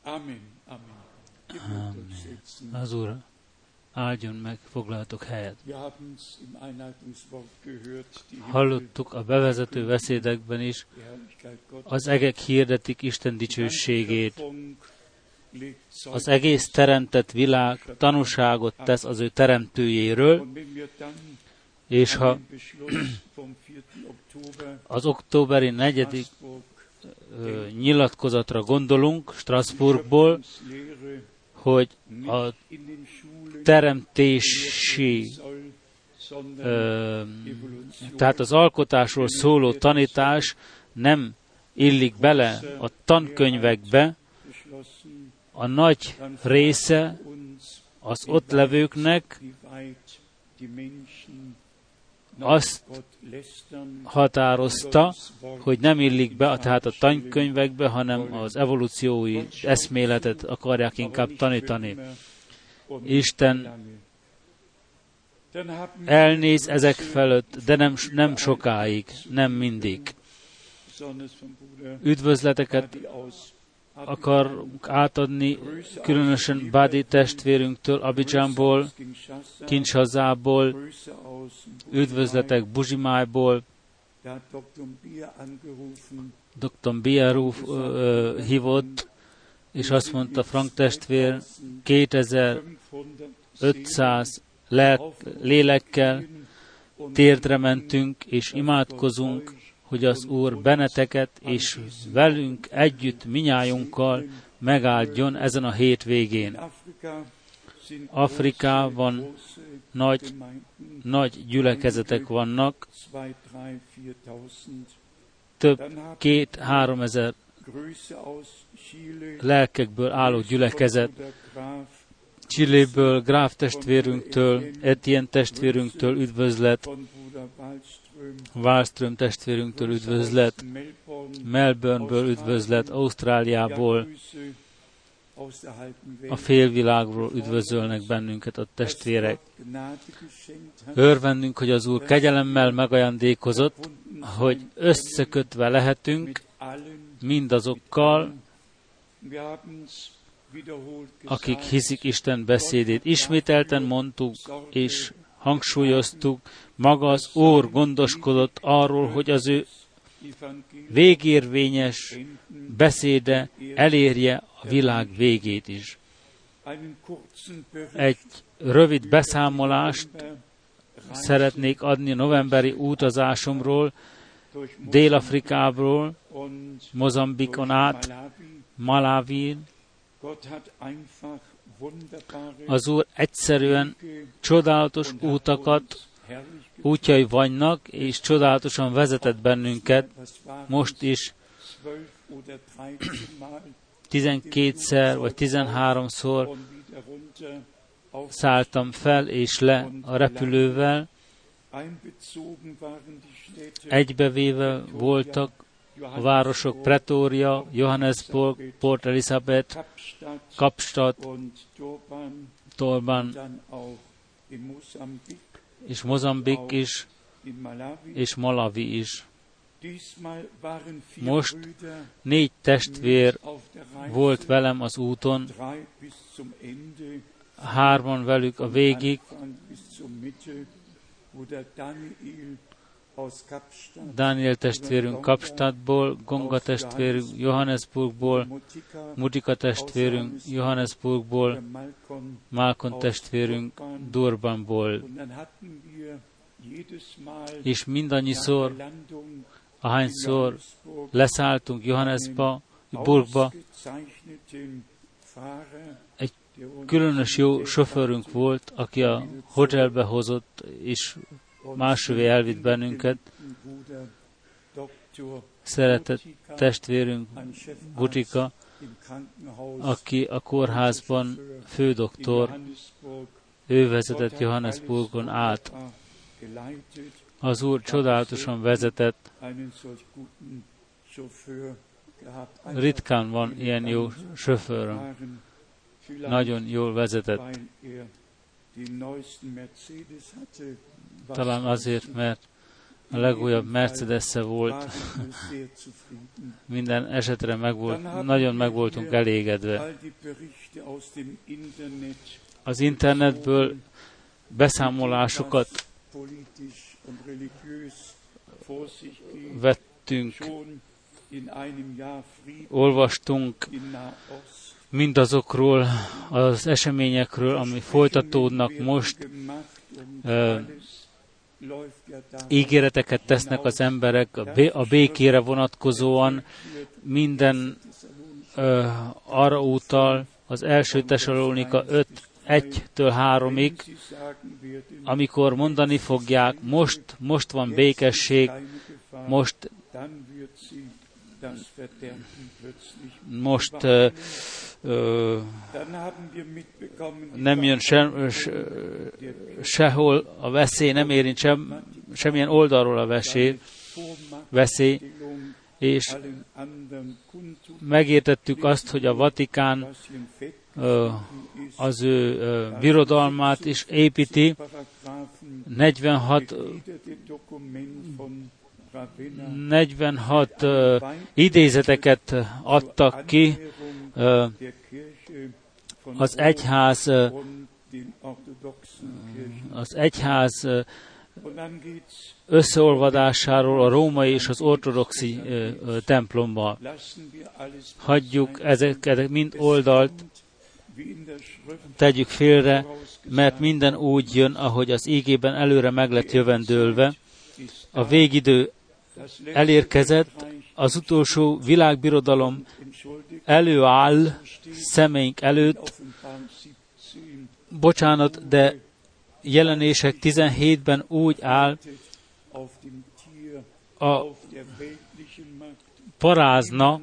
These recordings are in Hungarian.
Amen. Amen. Az Úr áldjon meg, foglaltok helyet. Hallottuk a bevezető beszédekben is, az egek hirdetik Isten dicsőségét. Az egész teremtett világ tanúságot tesz az ő teremtőjéről, és ha az októberi 4. nyilatkozatra gondolunk Strasbourgból, hogy a teremtési, tehát az alkotásról szóló tanítás nem illik bele a tankönyvekbe, a nagy része az ott levőknek azt határozta, hogy nem illik be tehát a tankönyvekbe, hanem az evolúciói eszméletet akarják inkább tanítani. Isten elnéz ezek felett, de nem sokáig, nem mindig. Üdvözleteket akarunk átadni, különösen Badi testvérünktől, Abidjanból, Kinshazából, üdvözletek Bujimájból, Dr. Biaruf hívott, és azt mondta, Frank testvér, 2500 lélekkel térdre mentünk, és imádkozunk, hogy az Úr benneteket és velünk együtt minnyájunkkal megáldjon ezen a hétvégén. Afrikában nagy gyülekezetek vannak, több 2-3 ezer lelkekből álló gyülekezet. Chiléből, Gráf testvérünktől, Etienne testvérünktől üdvözlet, Wallström testvérünktől üdvözlet, Melbourneből üdvözlet, Ausztráliából, a félvilágról üdvözölnek bennünket a testvérek. Örvendünk, hogy az Úr kegyelemmel megajándékozott, hogy összekötve lehetünk mindazokkal, akik hiszik Isten beszédét. Ismételten mondtuk és hangsúlyoztuk, maga az Úr gondoskodott arról, hogy az ő végérvényes beszéde elérje a világ végét is. Egy rövid beszámolást szeretnék adni novemberi utazásomról, Dél-Afrikából, Mozambikon át, Malawin. Az Úr egyszerűen csodálatos útjai vannak, és csodálatosan vezetett bennünket. Most is 12-szer vagy 13-szor szálltam fel és le a repülővel. Egybevéve voltak a városok Pretoria, Johannesburg, Port Elizabeth, Kapstadt, Durban, és Mozambik is, és Malawi is. Most 4 testvér volt velem az úton, 3 velük a végig, Daniel testvérünk Kapstadtból, Gonga testvérünk Johannesburgból, Mutika testvérünk Johannesburgból, Malcolm testvérünk Durbanból. És mindannyiszor, ahányszor leszálltunk Johannesburgba, egy különös jó sofőrünk volt, aki a hotelbe hozott, és máshogy elvitt bennünket. Szeretett testvérünk Butika, aki a kórházban fődoktor, ő vezetett Johannesburgon át. Az Úr csodálatosan vezetett. Ritkán van ilyen jó sofőröm. Nagyon jól vezetett. Talán azért, mert a legújabb Mercedes-e volt, minden esetre nagyon meg voltunk elégedve. Az internetből beszámolásokat vettünk, olvastunk mindazokról az eseményekről, ami folytatódnak most. Ígéreteket tesznek az emberek a békére vonatkozóan, minden arra utal, az első Tesalónika 5:1-3-ig, amikor mondani fogják, most van békesség, most nem jön sehol a veszély, nem érint semmilyen oldalról a veszély, és megértettük azt, hogy a Vatikán az ő birodalmát is építi. 46 idézeteket adtak ki az egyház összeolvadásáról a római és az ortodoxi templomban. Hagyjuk ezeket mind oldalt, tegyük félre, mert minden úgy jön, ahogy az ígében előre meg lett jövendőlve. A végidő elérkezett, az utolsó világbirodalom előáll szemeink előtt. Bocsánat, de Jelenések 17-ben úgy áll, a parázna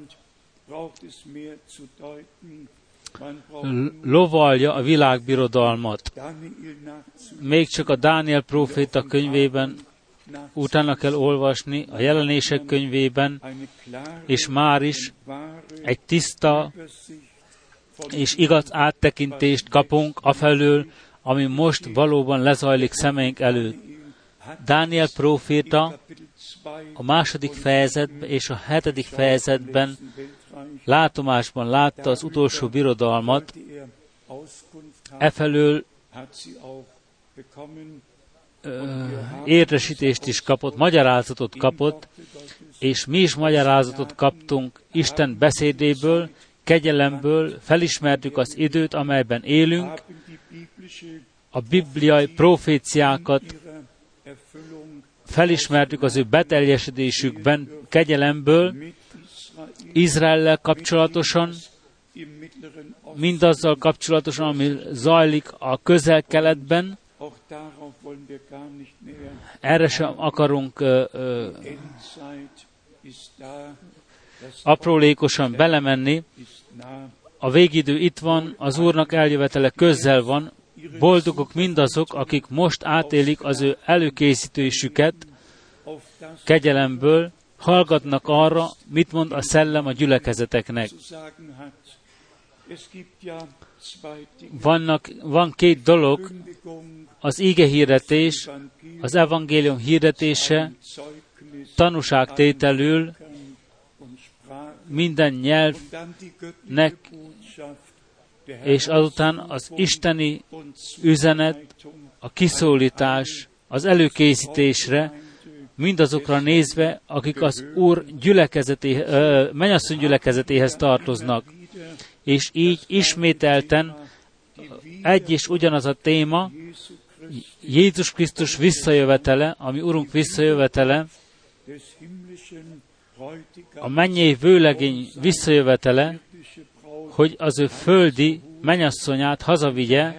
lovalja a világbirodalmat. Még csak a Dániel próféta könyvében utána kell olvasni, a Jelenések könyvében, és már is egy tiszta és igaz áttekintést kapunk afelől, ami most valóban lezajlik szemeink előtt. Dániel próféta a 2. fejezetben és a 7. fejezetben látomásban látta az utolsó birodalmat, efelől értesítést is kapott, magyarázatot kapott, és mi is magyarázatot kaptunk Isten beszédéből, kegyelemből, felismertük az időt, amelyben élünk, a bibliai proféciákat felismertük az ő beteljesedésükben, kegyelemből, Izraellel kapcsolatosan, mindazzal kapcsolatosan, ami zajlik a Közel-Keletben. Erre sem akarunk aprólékosan belemenni. A végidő itt van, az Úrnak eljövetele közel van. Boldogok mindazok, akik most átélik az ő előkészítésüket kegyelemből, hallgatnak arra, mit mond a szellem a gyülekezeteknek. Van 2 dolog, az ígehirdetés, az evangélium hirdetése, tanúságtételül minden nyelvnek, és azután az isteni üzenet, a kiszólítás, az előkészítésre, mindazokra nézve, akik az Úr mennyasszony gyülekezetéhez tartoznak. És így ismételten egy és ugyanaz a téma, Jézus Krisztus visszajövetele, ami Urunk visszajövetele, a mennyei vőlegény visszajövetele, hogy az ő földi mennyasszonyát hazavigye,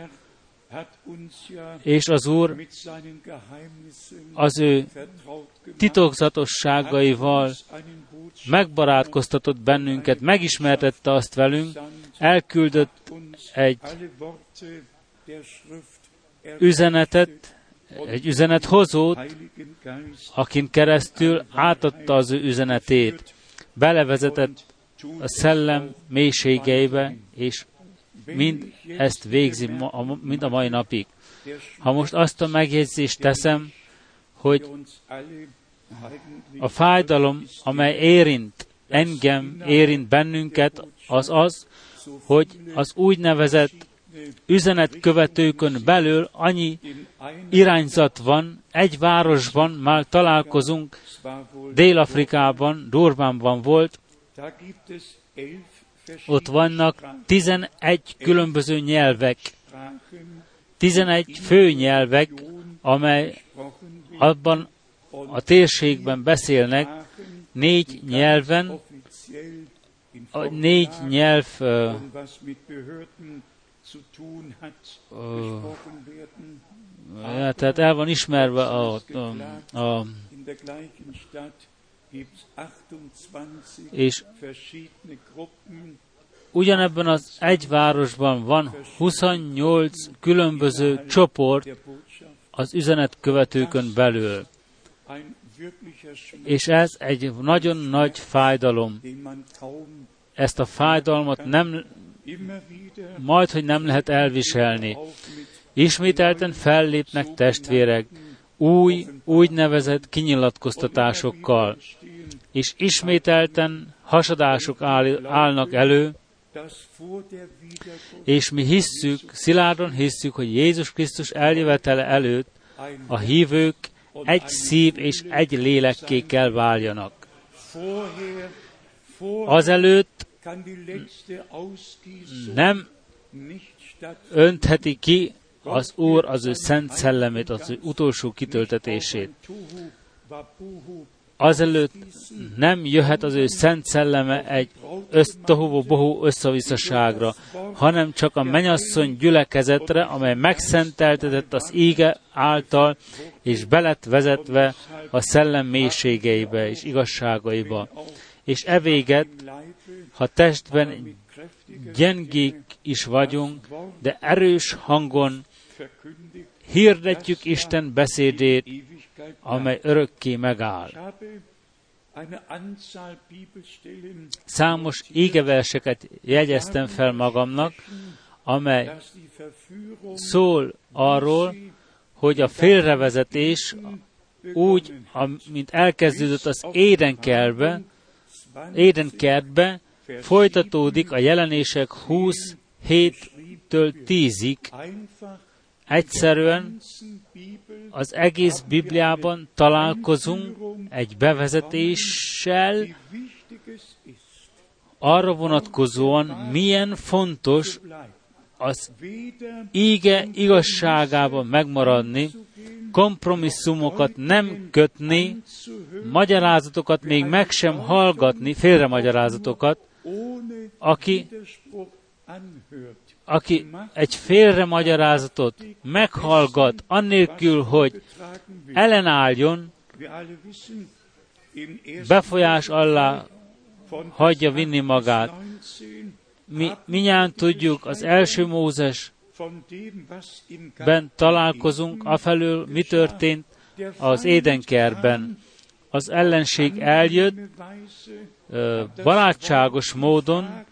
és az Úr az ő titokzatosságaival megbarátkoztatott bennünket, megismertette azt velünk, elküldött egy üzenetet, egy üzenethozót, akin keresztül átadta az ő üzenetét, belevezetett a szellem mélységeibe, és mind ezt végzi mind a mai napig. Ha most azt a megjegyzést teszem, hogy A fájdalom, amely érint engem, érint bennünket, az az, hogy az úgynevezett üzenetkövetőkön belül annyi irányzat van, egy városban már találkozunk, Dél-Afrikában, Durbanban volt, ott vannak 11 különböző nyelvek, 11 főnyelvek, amely abban a térségben beszélnek, 4 nyelven, a 4 nyelv tehát el van ismerve és ugyanebben az egy városban van 28 különböző csoport az üzenetkövetőkön belül. És ez egy nagyon nagy fájdalom. Ezt a fájdalmat majdhogy nem lehet elviselni. Ismételten fellépnek testvérek úgynevezett kinyilatkoztatásokkal, és ismételten hasadások állnak elő, és mi hisszük, szilárdan hisszük, hogy Jézus Krisztus eljövetele előtt a hívők egy szív és egy lélekké kell váljanak. Azelőtt nem öntheti ki az Úr az ő szent szellemét, az ő utolsó kitöltetését. Azelőtt nem jöhet az ő szent szelleme egy tohuvo-bohu összavisszaságra, hanem csak a mennyasszony gyülekezetre, amely megszenteltetett az íge által, és be lett vezetve a szellem mélységeibe és igazságaiba. És evéget, ha testben gyengék is vagyunk, de erős hangon hirdetjük Isten beszédét, amely örökké megáll. Számos ígeverseket jegyeztem fel magamnak, amely szól arról, hogy a félrevezetés úgy, mint elkezdődött az Édenkertbe, folytatódik a Jelenések 27-től 10-ig. Egyszerűen az egész Bibliában találkozunk egy bevezetéssel, arra vonatkozóan milyen fontos az íge igazságában megmaradni, kompromisszumokat nem kötni, magyarázatokat még meg sem hallgatni, félremagyarázatokat, aki egy félremagyarázatot meghallgat, annélkül, hogy ellenálljon, befolyás alá hagyja vinni magát. Mi mindjárt tudjuk, az első Mózesben találkozunk, afelől mi történt az Édenkertben. Az ellenség eljött, barátságos módon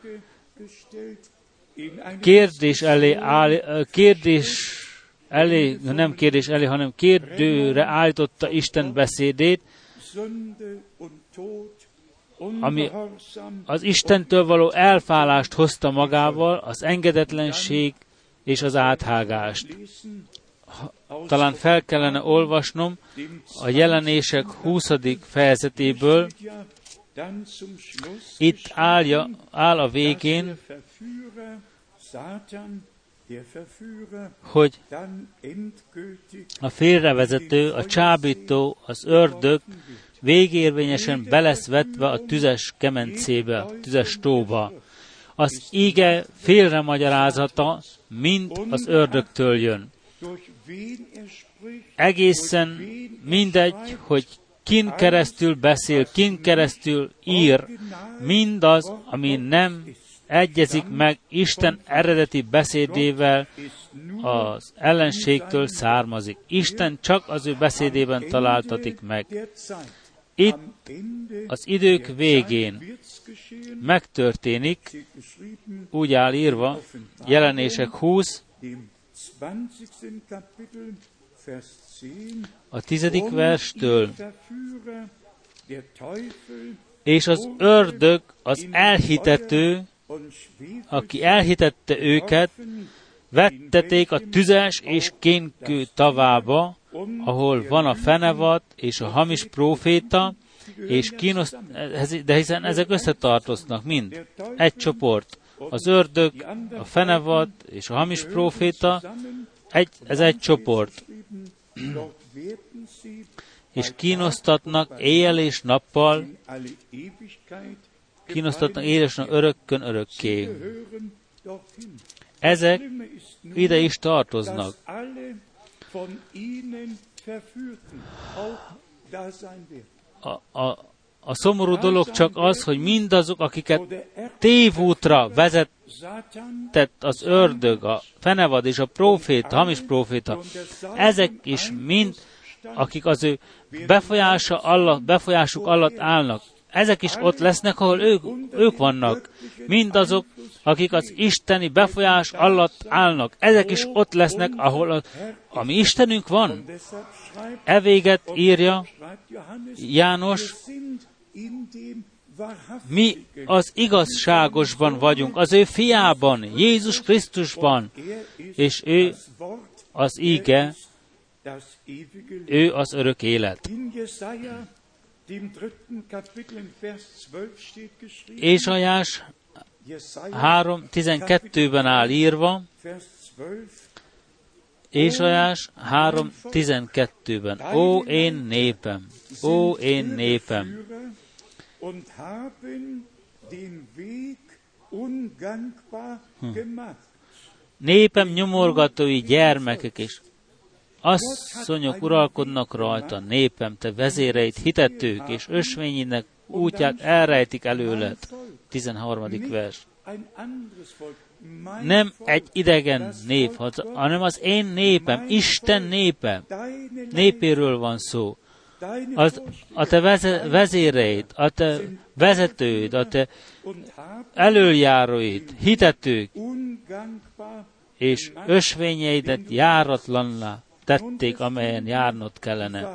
kérdőre állította Isten beszédét, ami az Istentől való elfálást hozta magával, az engedetlenség és az áthágást. Talán fel kellene olvasnom a Jelenések 20. fejezetéből. Itt áll a végén, hogy a félrevezető, a csábító, az ördög végérvényesen be lesz vetve a tüzes kemencébe, a tüzes tóba. Az íge félremagyarázata mind az ördögtől jön. Egészen mindegy, hogy kin keresztül beszél, kin keresztül ír, mindaz, ami nem egyezik meg Isten eredeti beszédével, az ellenségtől származik. Isten csak az ő beszédében találtatik meg. Itt az idők végén megtörténik, úgy áll írva, Jelenések 20, A 10. verstől. És az ördög, az elhitető, aki elhitette őket, vetteték a tüzes és kénkő tavába, ahol van a fenevad és a hamis próféta, és de hiszen ezek összetartoznak mind. Egy csoport. Az ördög, a fenevad és a hamis próféta, ez egy csoport. És kínosztatnak éjjel és nappal, örökkön örökké. Ezek ide is tartoznak. A szomorú dolog csak az, hogy mindazok, akiket tévútra vezetett az ördög, a fenevad és a próféta, hamis próféta, ezek is mind, akik az ő befolyásuk alatt állnak, ezek is ott lesznek, ahol ők vannak. Mindazok, akik az isteni befolyás alatt állnak, ezek is ott lesznek, ahol a mi Istenünk van. E véget írja János, mi az igazságosban vagyunk, az ő fiában, Jézus Krisztusban, és ő az íge, ő az örök élet. Ézsaiás 3.12-ben áll írva, Ézsaiás 3.12-ben, ó én népem, ó én népem, népem nyomorgatói gyermekek is, asszonyok uralkodnak rajta, népem, te vezéreid hitetők, és ösvényinek útját elrejtik előled. 13. vers. Nem egy idegen nép, hanem az én népem, Isten népe, népéről van szó. A te vezéreid, a te vezetőid, a te elöljáróid, hitetők, és ösvényeidet járatlanná tették, amelyen járnod kellene.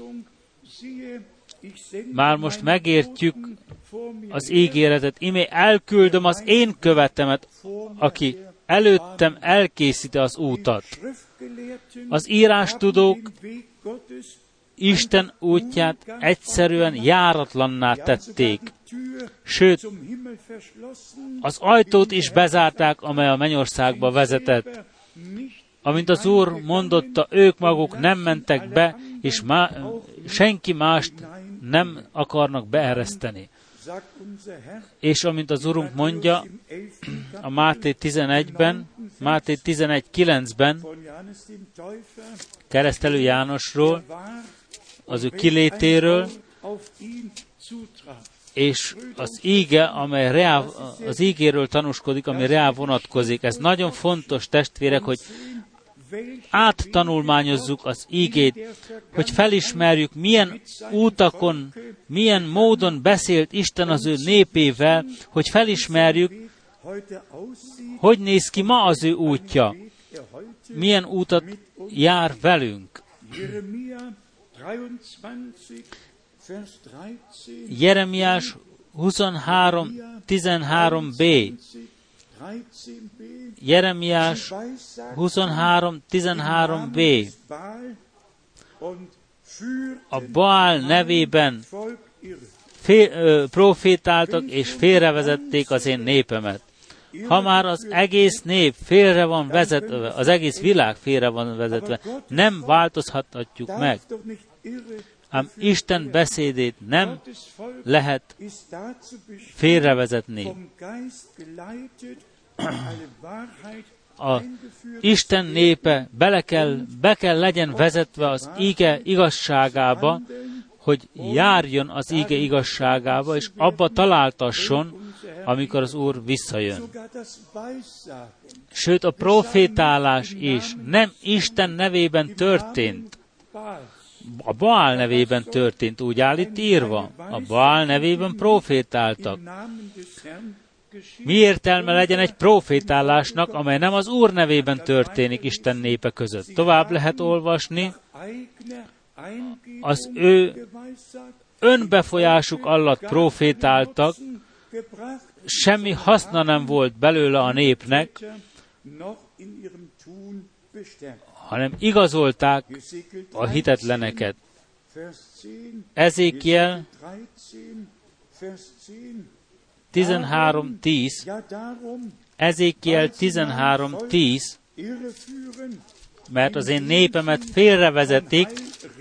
Már most megértjük az ígéretet, imé elküldöm az én követemet, aki előttem elkészíti az útat. Az írástudók Isten útját egyszerűen járatlanná tették. Sőt, az ajtót is bezárták, amely a mennyországba vezetett. Amint az Úr mondotta, ők maguk nem mentek be, és senki mást nem akarnak beereszteni. És amint az Úrunk mondja a Máté 11-ben, Máté 11.9-ben, keresztelő Jánosról, az ő kilétéről, és az íge, amely az ígéről tanúskodik, ami rá vonatkozik. Ez nagyon fontos, testvérek, hogy áttanulmányozzuk az ígét, hogy felismerjük, milyen útakon, milyen módon beszélt Isten az ő népével, hogy felismerjük, hogy néz ki ma az ő útja, milyen útat jár velünk. Jeremiás 23.13b. Jeremiás 23.13b. A Baál nevében profétáltak és félrevezették az én népemet. Ha már az egész nép félre van vezetve, az egész világ félre van vezetve, nem változhatjuk meg. Ám Isten beszédét nem lehet félrevezetni. A Isten népe be kell legyen vezetve az íge igazságába, hogy járjon az íge igazságába, és abba találtasson, amikor az Úr visszajön. Sőt, a profétálás is nem Isten nevében történt. A Baál nevében történt, úgy áll itt írva. A Baál nevében profétáltak. Mi értelme legyen egy profétálásnak, amely nem az Úr nevében történik Isten népe között? Tovább lehet olvasni, az ő önbefolyásuk alatt profétáltak, semmi haszna nem volt belőle a népnek, hanem igazolták a hitetleneket. Ezékiel 13:10, Ezékiel 13:10, mert az én népemet félrevezetik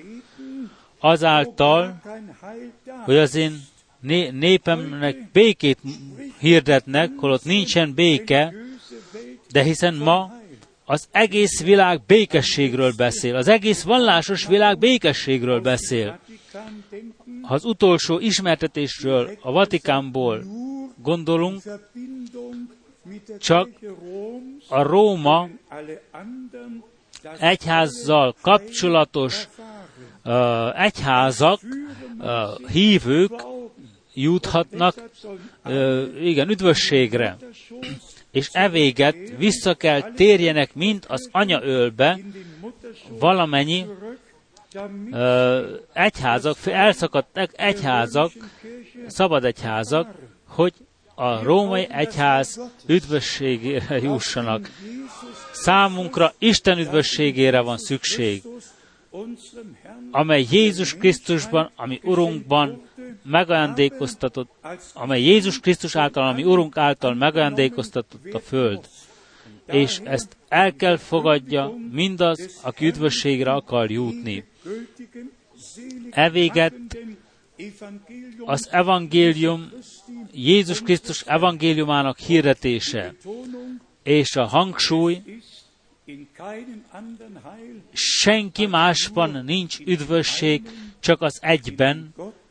azáltal, hogy az én népemnek békét hirdetnek, holott nincsen béke, de hiszen ma az egész világ békességről beszél, az egész vallásos világ békességről beszél. Ha az utolsó ismertetésről a Vatikánból gondolunk, csak a Róma egyházzal kapcsolatos egyházak, hívők juthatnak üdvösségre. És evéget vissza kell térjenek mind az anyaölbe valamennyi egyházak, elszakadt egyházak, szabad egyházak, hogy a római egyház üdvösségére jussanak. Számunkra Isten üdvösségére van szükség, amely Jézus Krisztusban, ami Urunkban megajándékoztatott, amely Jézus Krisztus által, ami Urunk által megajándékoztatott a föld. És ezt el kell fogadja mindaz, aki üdvösségre akar jutni. Evéget az evangélium, Jézus Krisztus evangéliumának hirdetése, és a hangsúly, senki másban nincs üdvösség, csak az egyben,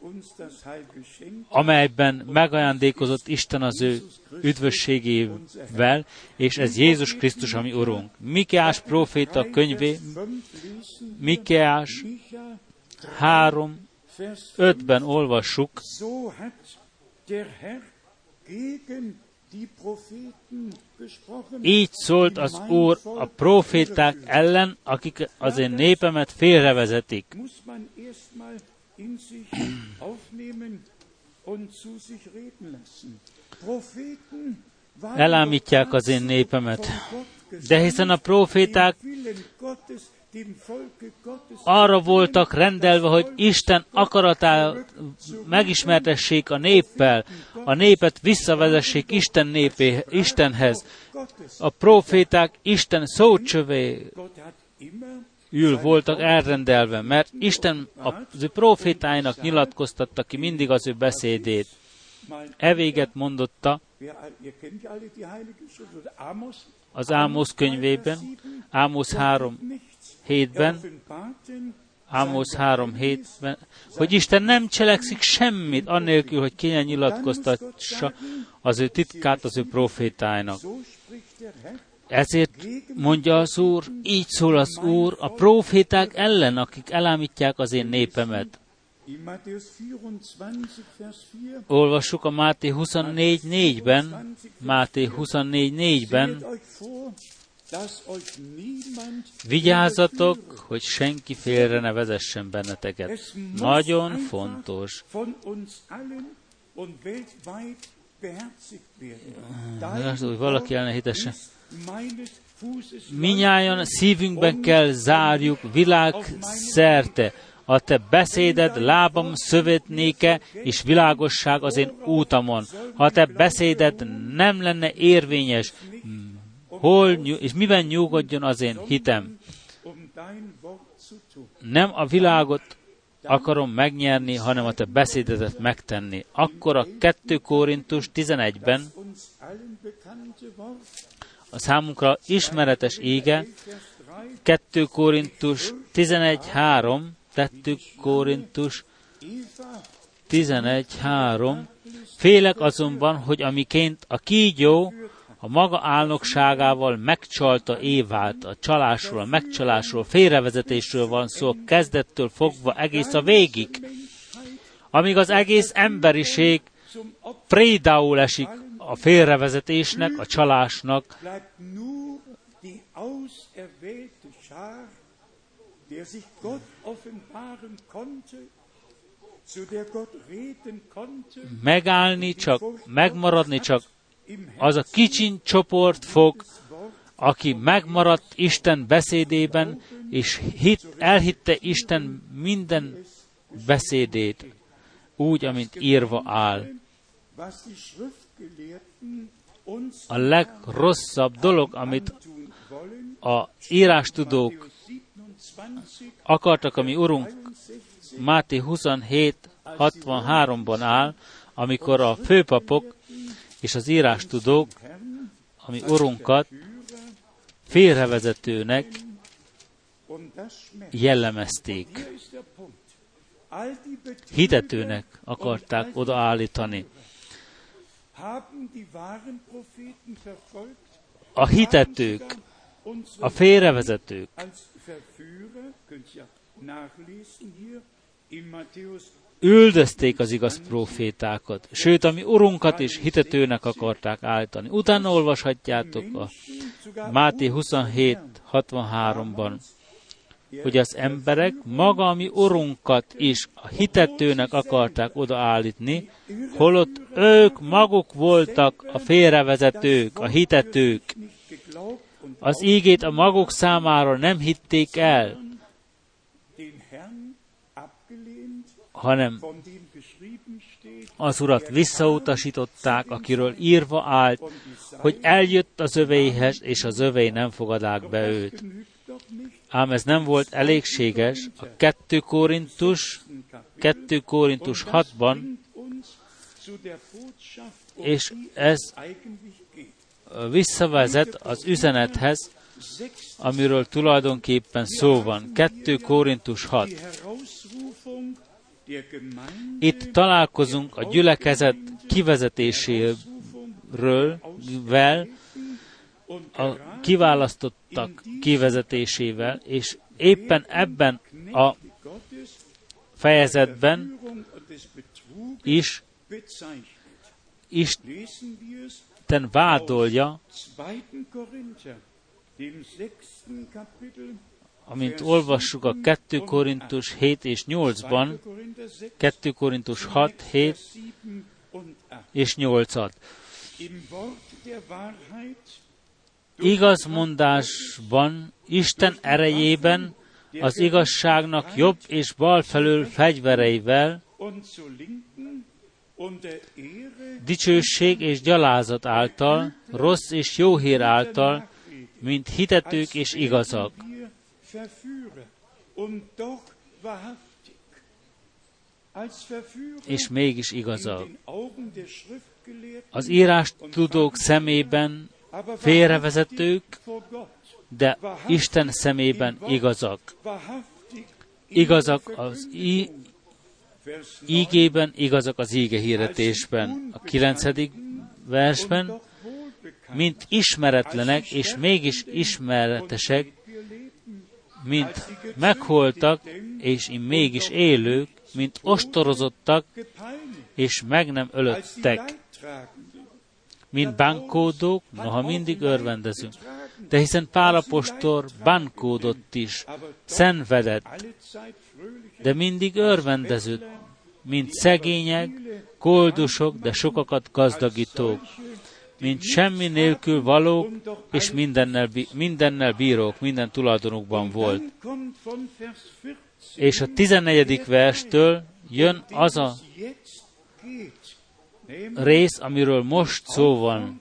amelyben megajándékozott Isten az ő üdvösségével, és ez Jézus Krisztus, ami Urunk. Mikeás próféta könyvé, Mikeás 3:5-ben olvassuk, így szólt az Úr a próféták ellen, akik az én népemet félrevezetik. Elámítják az én népemet. De hiszen a próféták arra voltak rendelve, hogy Isten akaratát megismertessék a néppel, a népet visszavezessék Istenhez. A próféták Isten szócsövéül voltak elrendelve, mert Isten az ő prófétáinak nyilatkoztatta ki mindig az ő beszédét. Evéget mondotta az Ámosz könyvében, Ámosz 3:7-ben, hogy Isten nem cselekszik semmit annélkül, hogy kényen nyilatkoztassa az ő titkát az ő prófétáinak. Ezért mondja az Úr, így szól az Úr a próféták ellen, akik elámítják az én népemet. Olvassuk a Máté 24:4-ben, Máté 24:4-ben, vigyázzatok, hogy senki félre ne vezessen benneteket. Nagyon fontos. Hogy valaki el ne hitesse. Minnyájan szívünkben kell zárjuk világszerte. A te beszéded lábam szövetnéke és világosság az én útamon. Ha a te beszéded nem lenne érvényes, és miben nyugodjon az én hitem? Nem a világot akarom megnyerni, hanem a te beszédedet megtenni. Akkor a 2 Korintus 11-ben a számunkra ismeretes ége, 2 Korintus 11:3, 2 Korintus 11:3, félek azonban, hogy amiként a kígyó a maga álnokságával megcsalta Évát, a csalásról, a megcsalásról, félrevezetésről van szó, kezdettől fogva egész a végig, amíg az egész emberiség prédául esik a félrevezetésnek, a csalásnak. Megállni csak, megmaradni csak az a kicsin csoport fog, aki megmaradt Isten beszédében, és elhitte Isten minden beszédét, úgy, amint írva áll. A legrosszabb dolog, amit a írástudók akartak, ami Urunk Máté 27:63-ban áll, amikor a főpapok és az írástudók, ami Urunkat félrevezetőnek jellemezték. Hitetőnek akarták odaállítani. A hitetők, a félrevezetők üldözték az igaz prófétákat, sőt, ami Urunkat is hitetőnek akarták állítani. Utána olvashatjátok a Máté 27:63-ban, hogy az emberek maga, ami Urunkat is a hitetőnek akarták odaállítani, holott ők maguk voltak a félrevezetők, a hitetők. Az ígét a maguk számára nem hitték el, hanem az Urat visszautasították, akiről írva állt, hogy eljött az övéihez, és az övéi nem fogadák be őt. Ám ez nem volt elégséges. A 2 Korintus 6-ban, és ez visszavezet az üzenethez, amiről tulajdonképpen szó van. 2 Korintus 6. Itt találkozunk a gyülekezet kivezetéséről, a kiválasztottak kivezetésével, és éppen ebben a fejezetben is Isten vádolja, amint olvassuk a 2 Korintus 7 és 8-ban, 2 Korintus 6, 7 és 8-at. Igazmondásban, Isten erejében, az igazságnak jobb és bal felől fegyvereivel, dicsőség és gyalázat által, rossz és jó hír által, mint hitetők és igazak. És mégis igazak. Az írástudók szemében félrevezetők, de Isten szemében igazak. Igazak az ígében, igazak az íge hirdetésben. A 9. versben, mint ismeretlenek, és mégis ismeretesek, mint megholtak, és mégis élők, mint ostorozottak, és meg nem ölöttek. Mint bánkódók, noha mindig örvendezünk. De hiszen Pál apostol bánkódott is, szenvedett, de mindig örvendezett, mint szegények, koldusok, de sokakat gazdagítók, mint semmi nélkül valók, és mindennel bírók, minden tulajdonukban volt. És a 14. verstől jön az a rész, amiről most szó van.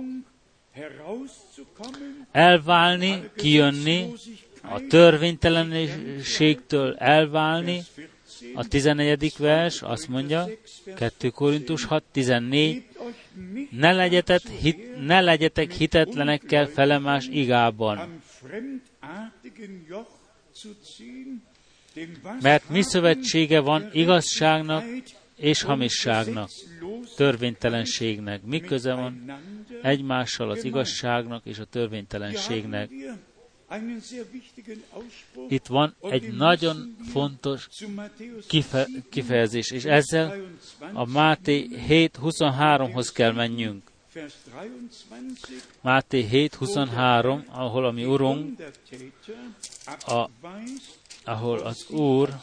Elválni, kijönni, a törvénytelenségtől elválni. A 14. vers azt mondja, 2 Korintus 6, 14, ne legyetek hitetlenekkel felemás igában, mert mi szövetsége van igazságnak és hamisságnak, törvénytelenségnek. Mi köze van egymással az igazságnak és a törvénytelenségnek? Itt van egy nagyon fontos kifejezés, és ezzel a Máté 7:23-hoz kell menjünk. Máté 7:23, ahol a mi Urunk, ahol az Úr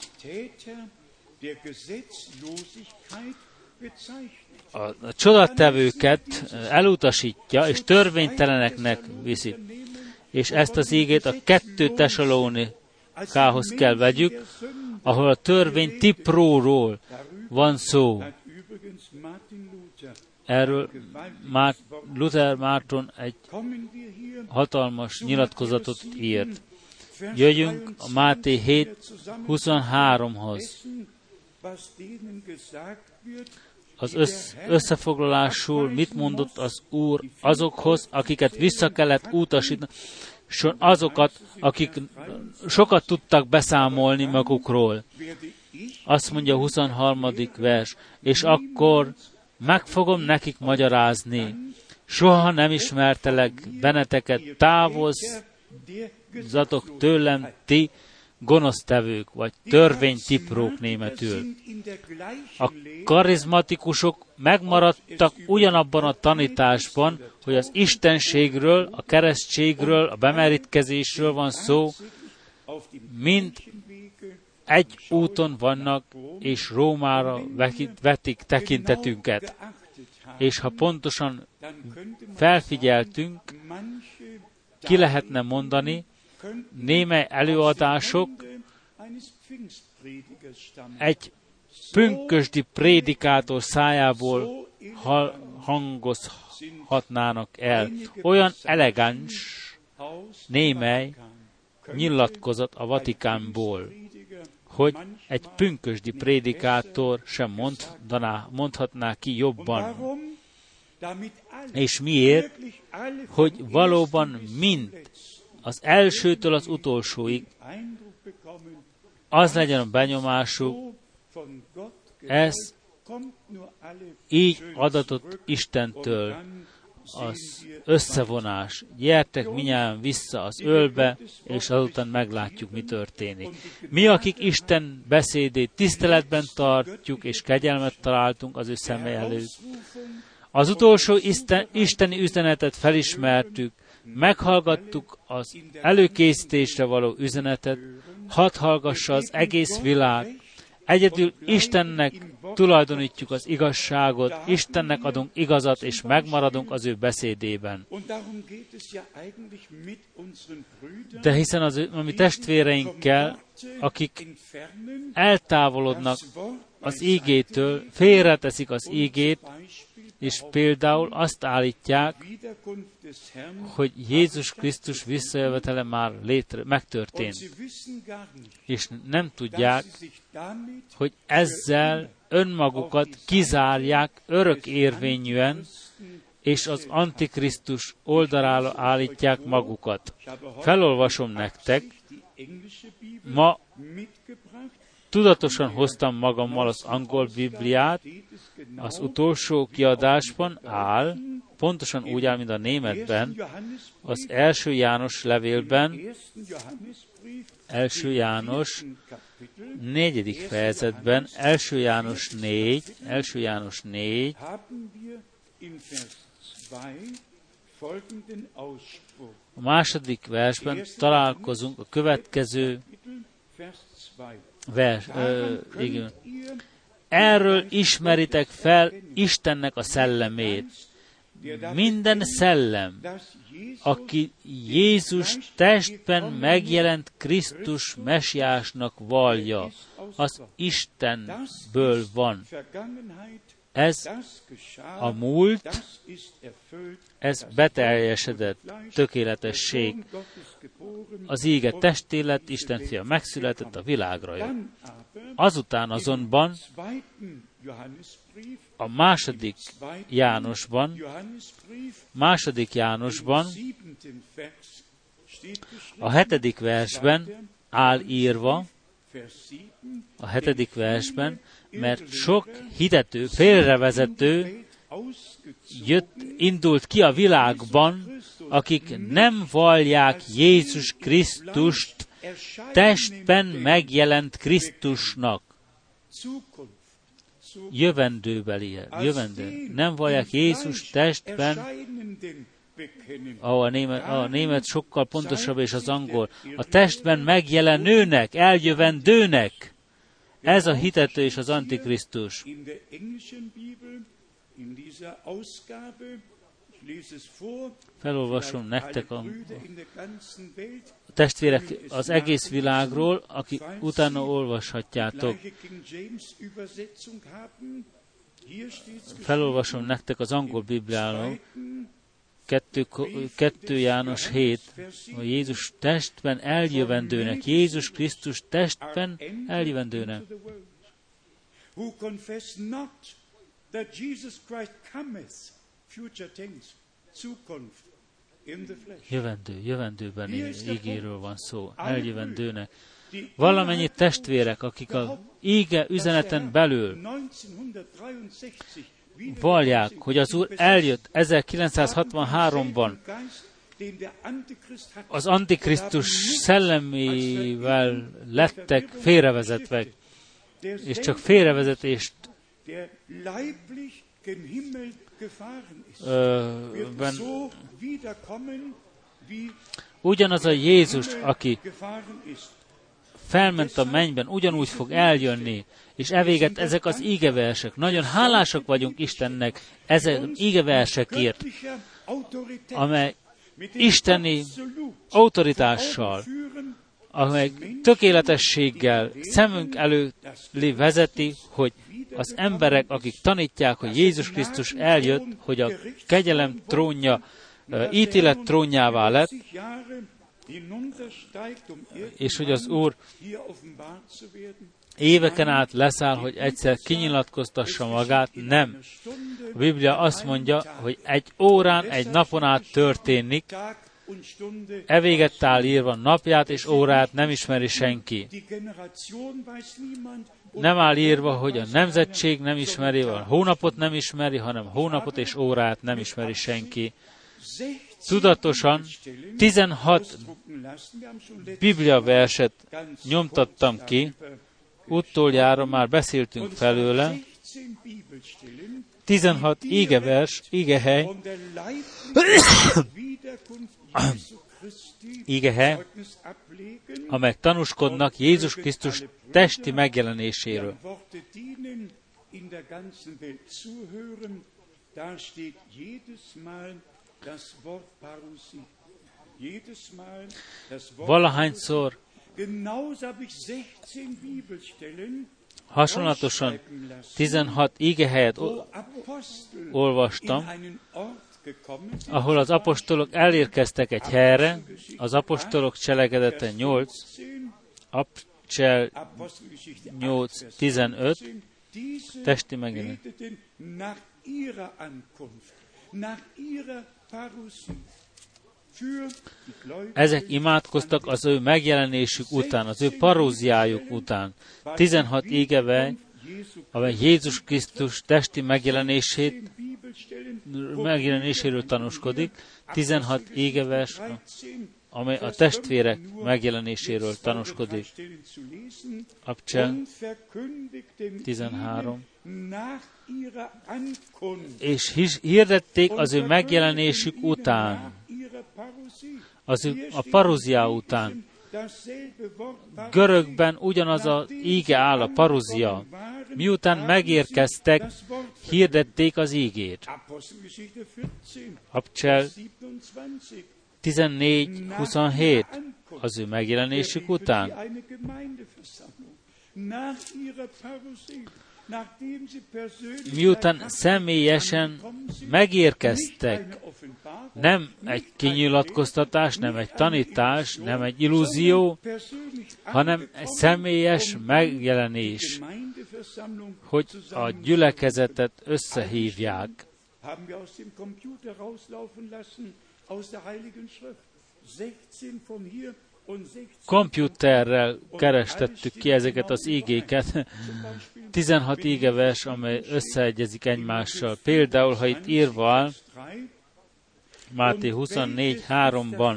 a csodatevőket elutasítja, és törvényteleneknek viszi. És ezt az ígét a 2 Tesalonikához kell vegyük, ahol a törvény tipróról van szó. Erről Luther Márton egy hatalmas nyilatkozatot írt. Jöjjünk a Máté 7:23-hoz. Az összefoglalásul mit mondott az Úr azokhoz, akiket vissza kellett utasítani, azokat, akik sokat tudtak beszámolni magukról. Azt mondja a 23. vers, és akkor meg fogom nekik magyarázni, soha nem ismertelek benneteket, távozzatok tőlem ti gonosztevők, vagy törvénytiprók németül. A karizmatikusok megmaradtak ugyanabban a tanításban, hogy az istenségről, a keresztségről, a bemerítkezésről van szó, mind egy úton vannak, és Rómára vetik tekintetünket. És ha pontosan felfigyeltünk, ki lehetne mondani, némely előadások egy pünkösdi prédikátor szájából hangozhatnának el. Olyan elegáns némely nyilatkozat a Vatikánból, hogy egy pünkösdi prédikátor sem mondhatná ki jobban. És miért? Hogy valóban mind az elsőtől az utolsóig az legyen a benyomásuk, ez így adatott Istentől, az összevonás. Gyertek minnyáján vissza az ölbe, és azután meglátjuk, mi történik. Mi, akik Isten beszédét tiszteletben tartjuk, és kegyelmet találtunk az ő szeme előtt. Az utolsó isteni üzenetet felismertük, meghallgattuk az előkészítésre való üzenetet, hadd hallgassa az egész világ. Egyedül Istennek tulajdonítjuk az igazságot, Istennek adunk igazat, és megmaradunk az ő beszédében. De hiszen a mi testvéreinkkel, akik eltávolodnak az ígétől, félreteszik az ígét, és például azt állítják, hogy Jézus Krisztus visszajövetele már megtörtént. És nem tudják, hogy ezzel önmagukat kizárják örök érvényűen, és az Antikrisztus oldalára állítják magukat. Felolvasom nektek, ma tudatosan hoztam magammal az angol Bibliát, az utolsó kiadásban áll, pontosan úgy áll, mint a németben, az 1. János levélben, 1. János 4. fejezetben, 1. János 4, a második versben találkozunk a következő igen. Erről ismeritek fel Istennek a szellemét. Minden szellem, aki Jézus testben megjelent Krisztus mesiásnak vallja, az Istenből van. Ez a múlt, ez beteljesedett tökéletesség. Az íge testé lett, Isten fia megszületett, a világra jött. Azután azonban a második Jánosban, a 7. versben áll írva, mert sok hitető, félrevezető indult ki a világban, akik nem vallják Jézus Krisztust testben megjelent Krisztusnak. jövendő. Nem vallják Jézus testben, a német sokkal pontosabb, és az angol. A testben megjelenőnek, eljövendőnek. Ez a hitető és az Antikrisztus. Felolvasom nektek a testvérek az egész világról, akik utána olvashatjátok. Felolvasom nektek az angol Bibliáról, 2 János 7, hogy Jézus testben eljövendőnek, Jézus Krisztus testben eljövendőnek. Jövendőben ígéről van szó, eljövendőnek. Valamennyi testvérek, akik a íge üzeneten belül vallják, hogy az Úr eljött 1963-ban, az Antikrisztus szellemével lettek félrevezetve, és csak félrevezetést ugyanaz a Jézus, aki felment a mennyben, ugyanúgy fog eljönni, és evéget ezek az ígeversek. Nagyon hálásak vagyunk Istennek ezek ígeversekért, amely isteni autoritással, amely tökéletességgel szemünk elé vezeti, hogy az emberek, akik tanítják, hogy Jézus Krisztus eljött, hogy a kegyelem trónja ítélet trónjává lett, és hogy az Úr éveken át leszáll, hogy egyszer kinyilatkoztassa magát. Nem. A Biblia azt mondja, hogy egy órán, egy napon át történik, evéget áll írva, napját és órát nem ismeri senki. Nem áll írva, hogy a nemzetség nem ismeri, a hónapot nem ismeri, hanem hónapot és órát nem ismeri senki. Tudatosan 16 bibliaverset nyomtattam ki, utoljára már beszéltünk felőle, 16 ígevers, ígehely, amelyek tanúskodnak Jézus Krisztus testi megjelenéséről. Valahányszor hasonlatosan 16 ígehelyet olvastam, ahol az apostolok elérkeztek egy helyre, az apostolok cselekedete 8, Apostol 8:15, testi megjelenés. Ezek imádkoztak az ő megjelenésük után, az ő paróziájuk után. 16 ígevely, amely Jézus Krisztus testi megjelenéséről tanúskodik, 16 ígevers, amely a testvérek megjelenéséről tanúskodik. Apostol 13. És hirdették az ő megjelenésük után, a parózia után. Görögben ugyanaz az íge áll, a parózia. Miután megérkeztek, hirdették az ígét. Apostol 14:27, az ő megjelenésük után. Miután személyesen megérkeztek, nem egy kinyilatkoztatás, nem egy tanítás, nem egy illúzió, hanem egy személyes megjelenés, hogy a gyülekezetet összehívják. Kompjúterrel kerestettük ki ezeket az ígéket, 16 ígevers, amely összeegyezik egymással. Például, ha itt írva áll, Máté 24:3-ban,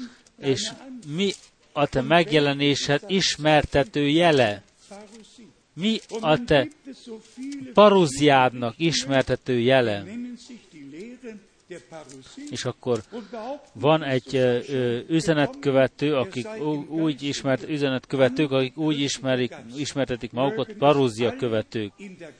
és mi a te megjelenésed ismertető jele? mi a te paruziádnak ismertető jele? És akkor van egy üzenetkövető, akik úgy ismert üzenetkövetők, akik úgy ismertetik magukat parúzia követők.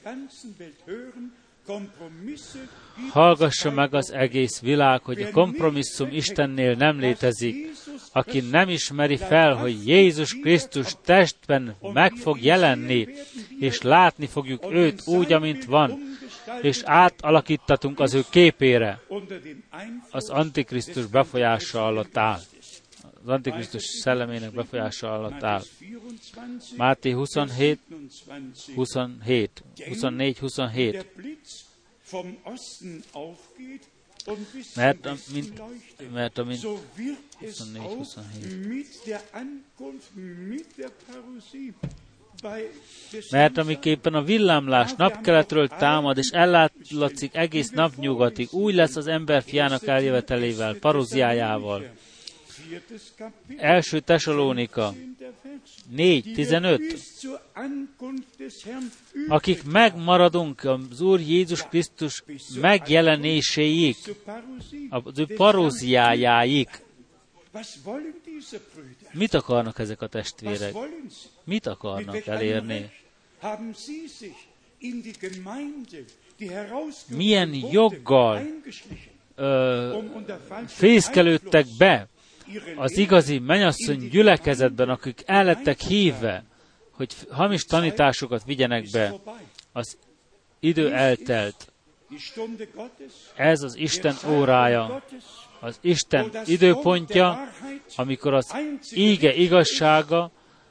Hallgassa meg az egész világ, hogy a kompromisszum Istennél nem létezik. Aki nem ismeri fel, hogy Jézus Krisztus testben meg fog jelenni, és látni fogjuk őt úgy, amint van, és átalakítatunk az ő képére, az Antikrisztus befolyása alatt áll. Az Antikrisztus szellemének befolyása alatt áll. Máté 27, 24-27. Mert amint 24-27. Mert amiképpen a villámlás napkeletről támad, és ellátszik egész napnyugatig, úgy lesz az emberfiának eljövetelével, paruziájával. 1. Tesalónika 4:15. Akik megmaradunk az Úr Jézus Krisztus megjelenéséig, az ő paruziájáig. Mit akarnak ezek a testvérek? Mit akarnak elérni? Milyen joggal fészkelődtek be az igazi mennyasszony gyülekezetben, akik el lettek hívve, hogy hamis tanításokat vigyenek be. Az idő eltelt. Ez az Isten órája, az Isten időpontja, amikor az íge igazsága,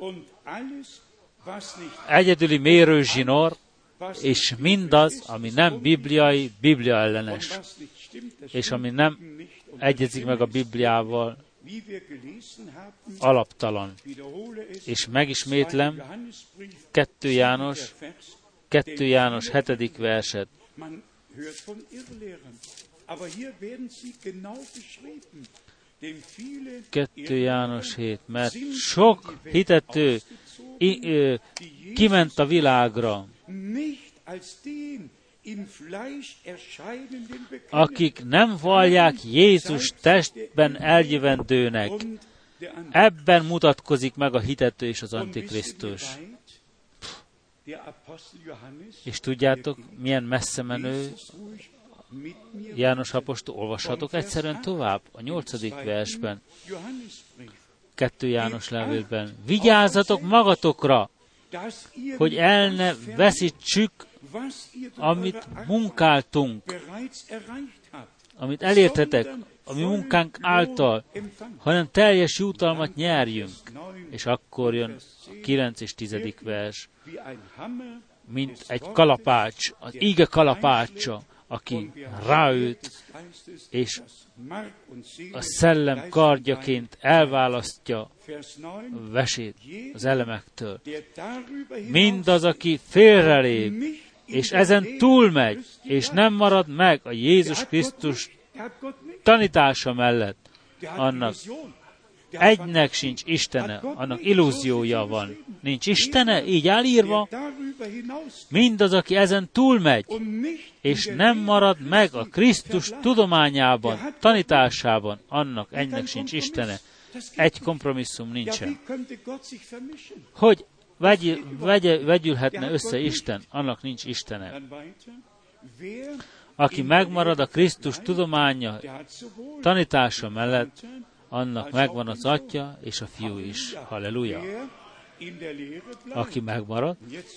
egyedüli mérőzsinór, és mindaz, ami nem bibliai, Biblia ellenes, és ami nem egyezik meg a Bibliával, alaptalan. És megismétlem 2 János 7. verset. 2 János 7, mert sok hitető kiment a világra, akik nem vallják Jézus testben eljövendőnek. Ebben mutatkozik meg a hitető és az Antikrisztus. És tudjátok, milyen messze menő János apostol, olvashatok egyszerűen tovább a 8. versben, 2 János levélben. Vigyázzatok magatokra, hogy el ne veszítsük, amit munkáltunk, amit elértetek a mi munkánk által, hanem teljes jutalmat nyerjünk. És akkor jön a 9. és 10. vers. Mint egy kalapács, az íge kalapácsa, aki ráült, és a szellem kardjaként elválasztja a vesét az elemektől. Mindaz, aki félrelép, és ezen túlmegy, és nem marad meg a Jézus Krisztus tanítása mellett, annak egynek sincs Istene, annak illúziója van. Nincs Istene, így elírva. Mindaz, aki ezen túlmegy, és nem marad meg a Krisztus tudományában, tanításában, annak egynek sincs Istene. Egy kompromisszum nincsen. Hogy vegyülhetne össze Isten, annak nincs Istene. Aki megmarad a Krisztus tudománya tanítása mellett, annak megvan az Atya és a Fiú is. Halleluja! Aki megmarad,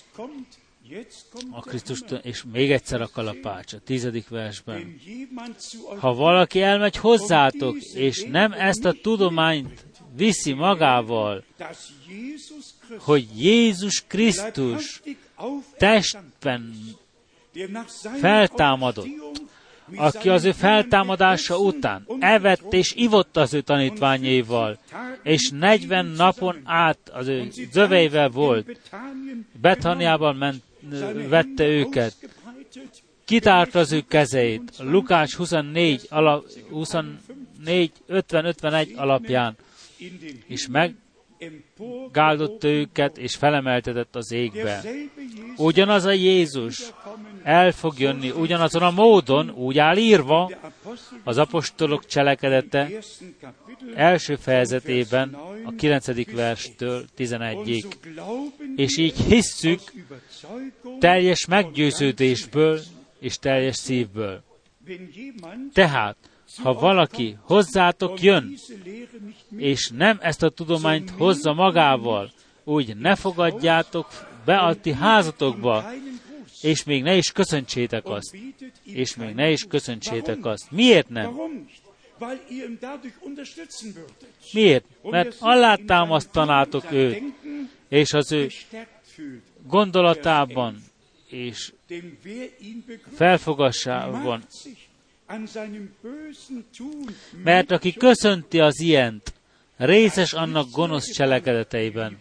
a Krisztus, és még egyszer a kalapács, a 10. versben. Ha valaki elmegy hozzátok, és nem ezt a tudományt viszi magával, hogy Jézus Krisztus testben feltámadott, aki az ő feltámadása után evett és ivott az ő tanítványaival, és 40 napon át az ő zöveivel volt, Betaniában vette őket, kitárta az ő kezeit, Lukács 50-51 alapján, és megáldotta őket, és felemeltetett az égbe. Ugyanaz a Jézus el fog jönni, ugyanazon a módon, úgy áll írva, az apostolok cselekedete első fejezetében, a 9. verstől 11-ig. És így hisszük teljes meggyőződésből és teljes szívből. Tehát, ha valaki hozzátok jön, és nem ezt a tudományt hozza magával, úgy ne fogadjátok be a ti házatokba, és még ne is köszöntsétek azt. És még ne is köszöntsétek azt. Miért nem? Miért? Mert alátámasztanátok őt, és az ő gondolatában és felfogásában. Mert aki köszönti az ilyent, részes annak gonosz cselekedeteiben.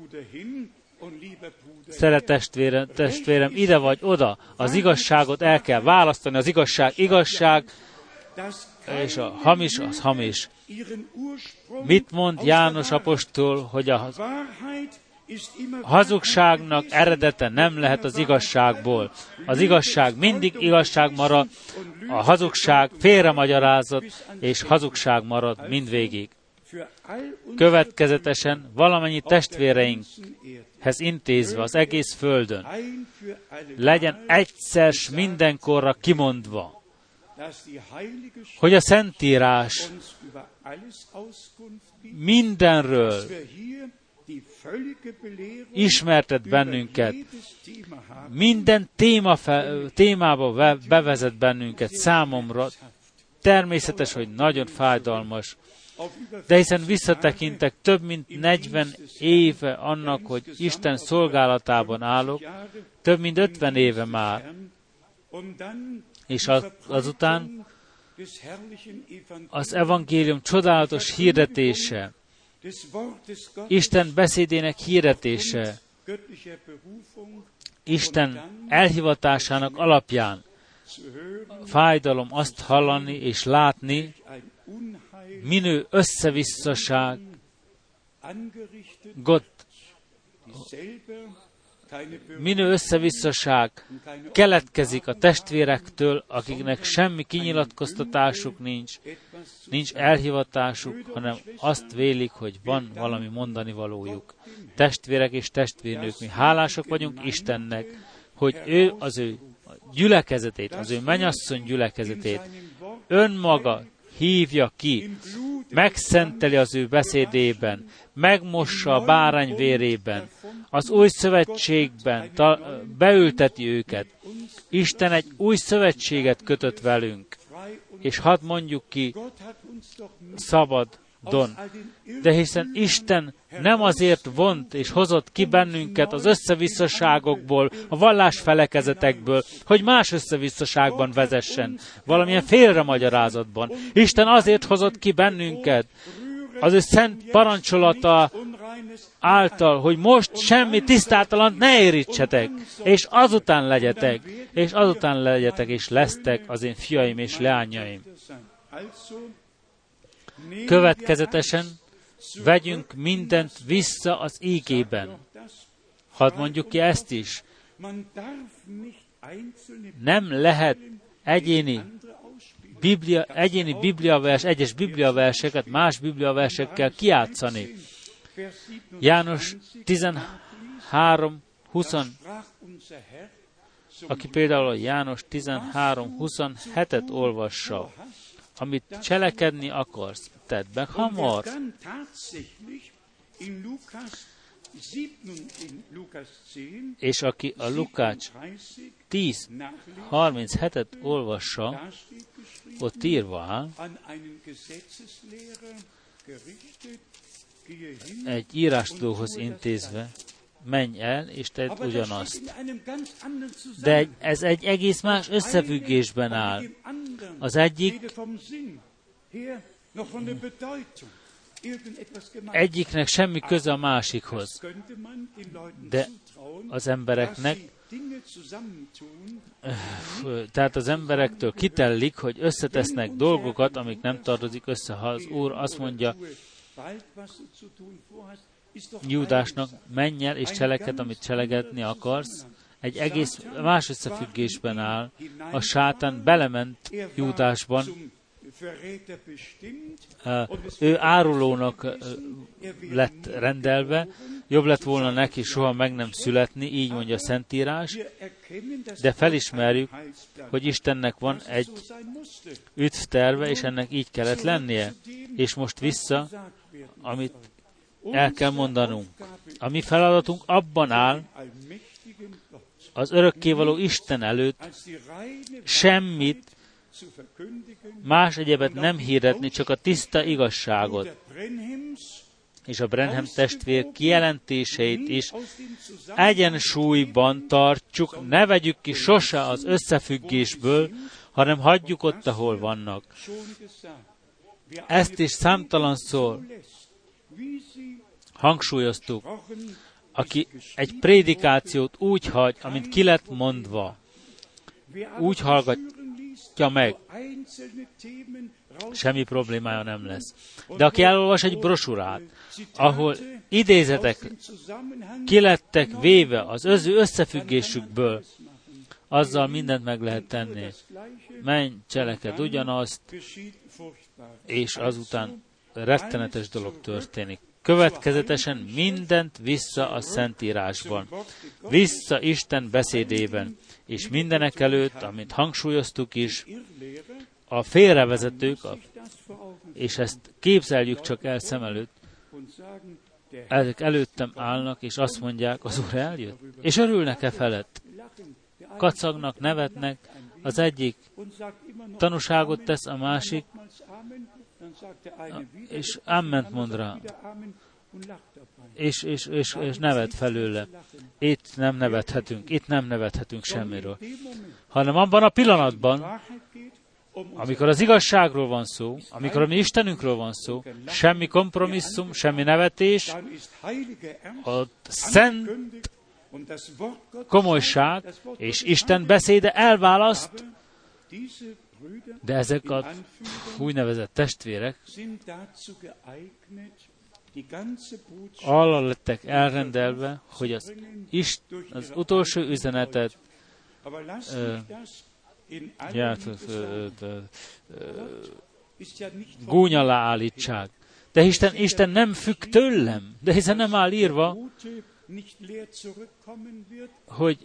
Szeret testvérem, ide vagy oda, az igazságot el kell választani, az igazság, és a hamis az hamis. Mit mond János apostol, hogy a hazugságnak eredete nem lehet az igazságból. Az igazság mindig igazság marad, a hazugság félremagyarázat, és hazugság marad mindvégig. Következetesen valamennyi testvéreinkhez intézve az egész földön legyen egyszer mindenkorra kimondva, hogy a Szentírás mindenről ismertet bennünket, minden témába bevezet bennünket. Számomra természetes, hogy nagyon fájdalmas, de hiszen visszatekintek több mint 40 éve annak, hogy Isten szolgálatában állok, több mint 50 éve már, és azután az evangélium csodálatos hirdetése, Isten beszédének hirdetése, Isten elhivatásának alapján fájdalom azt hallani és látni, minő összevisszaság keletkezik a testvérektől, akiknek semmi kinyilatkoztatásuk nincs elhivatásuk, hanem azt vélik, hogy van valami mondani valójuk. Testvérek és testvérnők, mi hálások vagyunk Istennek, hogy ő az ő gyülekezetét, az ő mennyasszony gyülekezetét önmaga hívja ki, megszenteli az ő beszédében, megmossa a bárány vérében, az új szövetségben beülteti őket. Isten egy új szövetséget kötött velünk, és hadd mondjuk ki szabadon. De hiszen Isten nem azért vont és hozott ki bennünket az összevisszaságokból, a vallásfelekezetekből, hogy más összevisszaságban vezessen, valamilyen félremagyarázatban. Isten azért hozott ki bennünket az ő szent parancsolata által, hogy most semmi tisztátalant ne érítsetek, és azután legyetek, és lesztek az én fiaim és leányaim. Következetesen vegyünk mindent vissza az ígében. Hadd mondjuk ki ezt is. Nem lehet egyéni bibliavers, egyes bibliaverseket más bibliaversekkel kijátszani. János 13:20, aki például a János 13:27-et olvassa, amit cselekedni akarsz, tedd meg hamar. És aki a Lukács 10:37-et olvassa, ott írva áll, egy írástudóhoz intézve, menj el, és tedd ugyanazt. De ez egy egész más összefüggésben áll. Az egyiknek semmi köze a másikhoz. De az embereknek, tehát az emberektől kitellik, hogy összetesznek dolgokat, amik nem tartozik össze. Ha az Úr azt mondja, Júdásnak, menj el és cseleked, amit cselekedni akarsz, egy egész más összefüggésben áll. A sátán belement Júdásban, ő árulónak lett rendelve, jobb lett volna neki soha meg nem születni, így mondja a Szentírás, de felismerjük, hogy Istennek van egy üdvterve, és ennek így kellett lennie. És most vissza, amit el kell mondanunk. A mi feladatunk abban áll, az örökkévaló Isten előtt semmit, más egyebet nem hirdetni, csak a tiszta igazságot. És a Branham testvér kijelentéseit is egyensúlyban tartjuk, ne vegyük ki sose az összefüggésből, hanem hagyjuk ott, ahol vannak. Ezt is számtalanszor hangsúlyoztuk. Aki egy prédikációt úgy hagy, amint ki lett mondva, úgy hallgatja meg, semmi problémája nem lesz. De aki elolvas egy brosurát, ahol idézetek ki lettek véve az összefüggésükből, azzal mindent meg lehet tenni. Menj, cseleked ugyanazt, és azután rettenetes dolog történik. Következetesen mindent vissza a Szentírásban, vissza Isten beszédében, és mindenek előtt, amint hangsúlyoztuk is, a félrevezetők, és ezt képzeljük csak el szem előtt, ezek előttem állnak, és azt mondják, az Úr eljött, és örülnek-e felett? Kacagnak, nevetnek, az egyik tanúságot tesz, a másik, és amment mond rá, és nevet felőle. Itt nem nevethetünk semmiről. Hanem abban a pillanatban, amikor az igazságról van szó, amikor a mi Istenünkről van szó, semmi kompromisszum, semmi nevetés, a szent komolyság és Isten beszéde elválaszt, de ezek a úgynevezett testvérek arra lettek elrendelve, hogy az utolsó üzenetet gúny alá állítsák. De Isten nem függ tőlem, de hiszen nem áll írva, hogy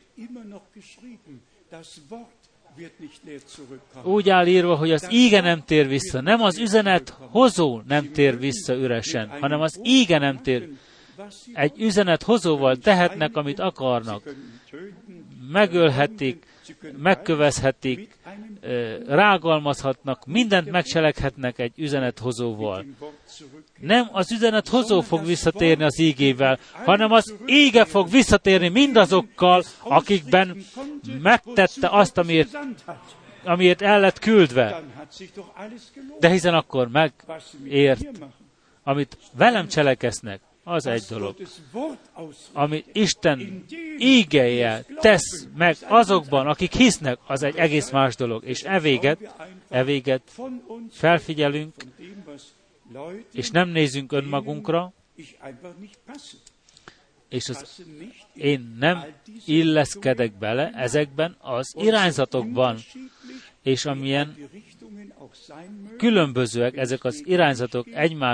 úgy áll írva, hogy az íge nem tér vissza. Nem az üzenet hozó nem tér vissza üresen, hanem az íge nem tér. Egy üzenet hozóval tehetnek, amit akarnak. Megölhetik, megkövezhetik, rágalmazhatnak, mindent megcselekhetnek egy üzenethozóval. Nem az üzenethozó fog visszatérni az ígével, hanem az íge fog visszatérni mindazokkal, akikben megtette azt, amiért el lett küldve. De hiszen akkor megért, amit velem cselekeznek, az egy dolog. Amit Isten ígéje tesz meg azokban, akik hisznek, az egy egész más dolog. És evéget felfigyelünk, és nem nézünk önmagunkra, és én nem illeszkedek bele ezekben az irányzatokban, és amilyen különbözőek ezek az irányzatok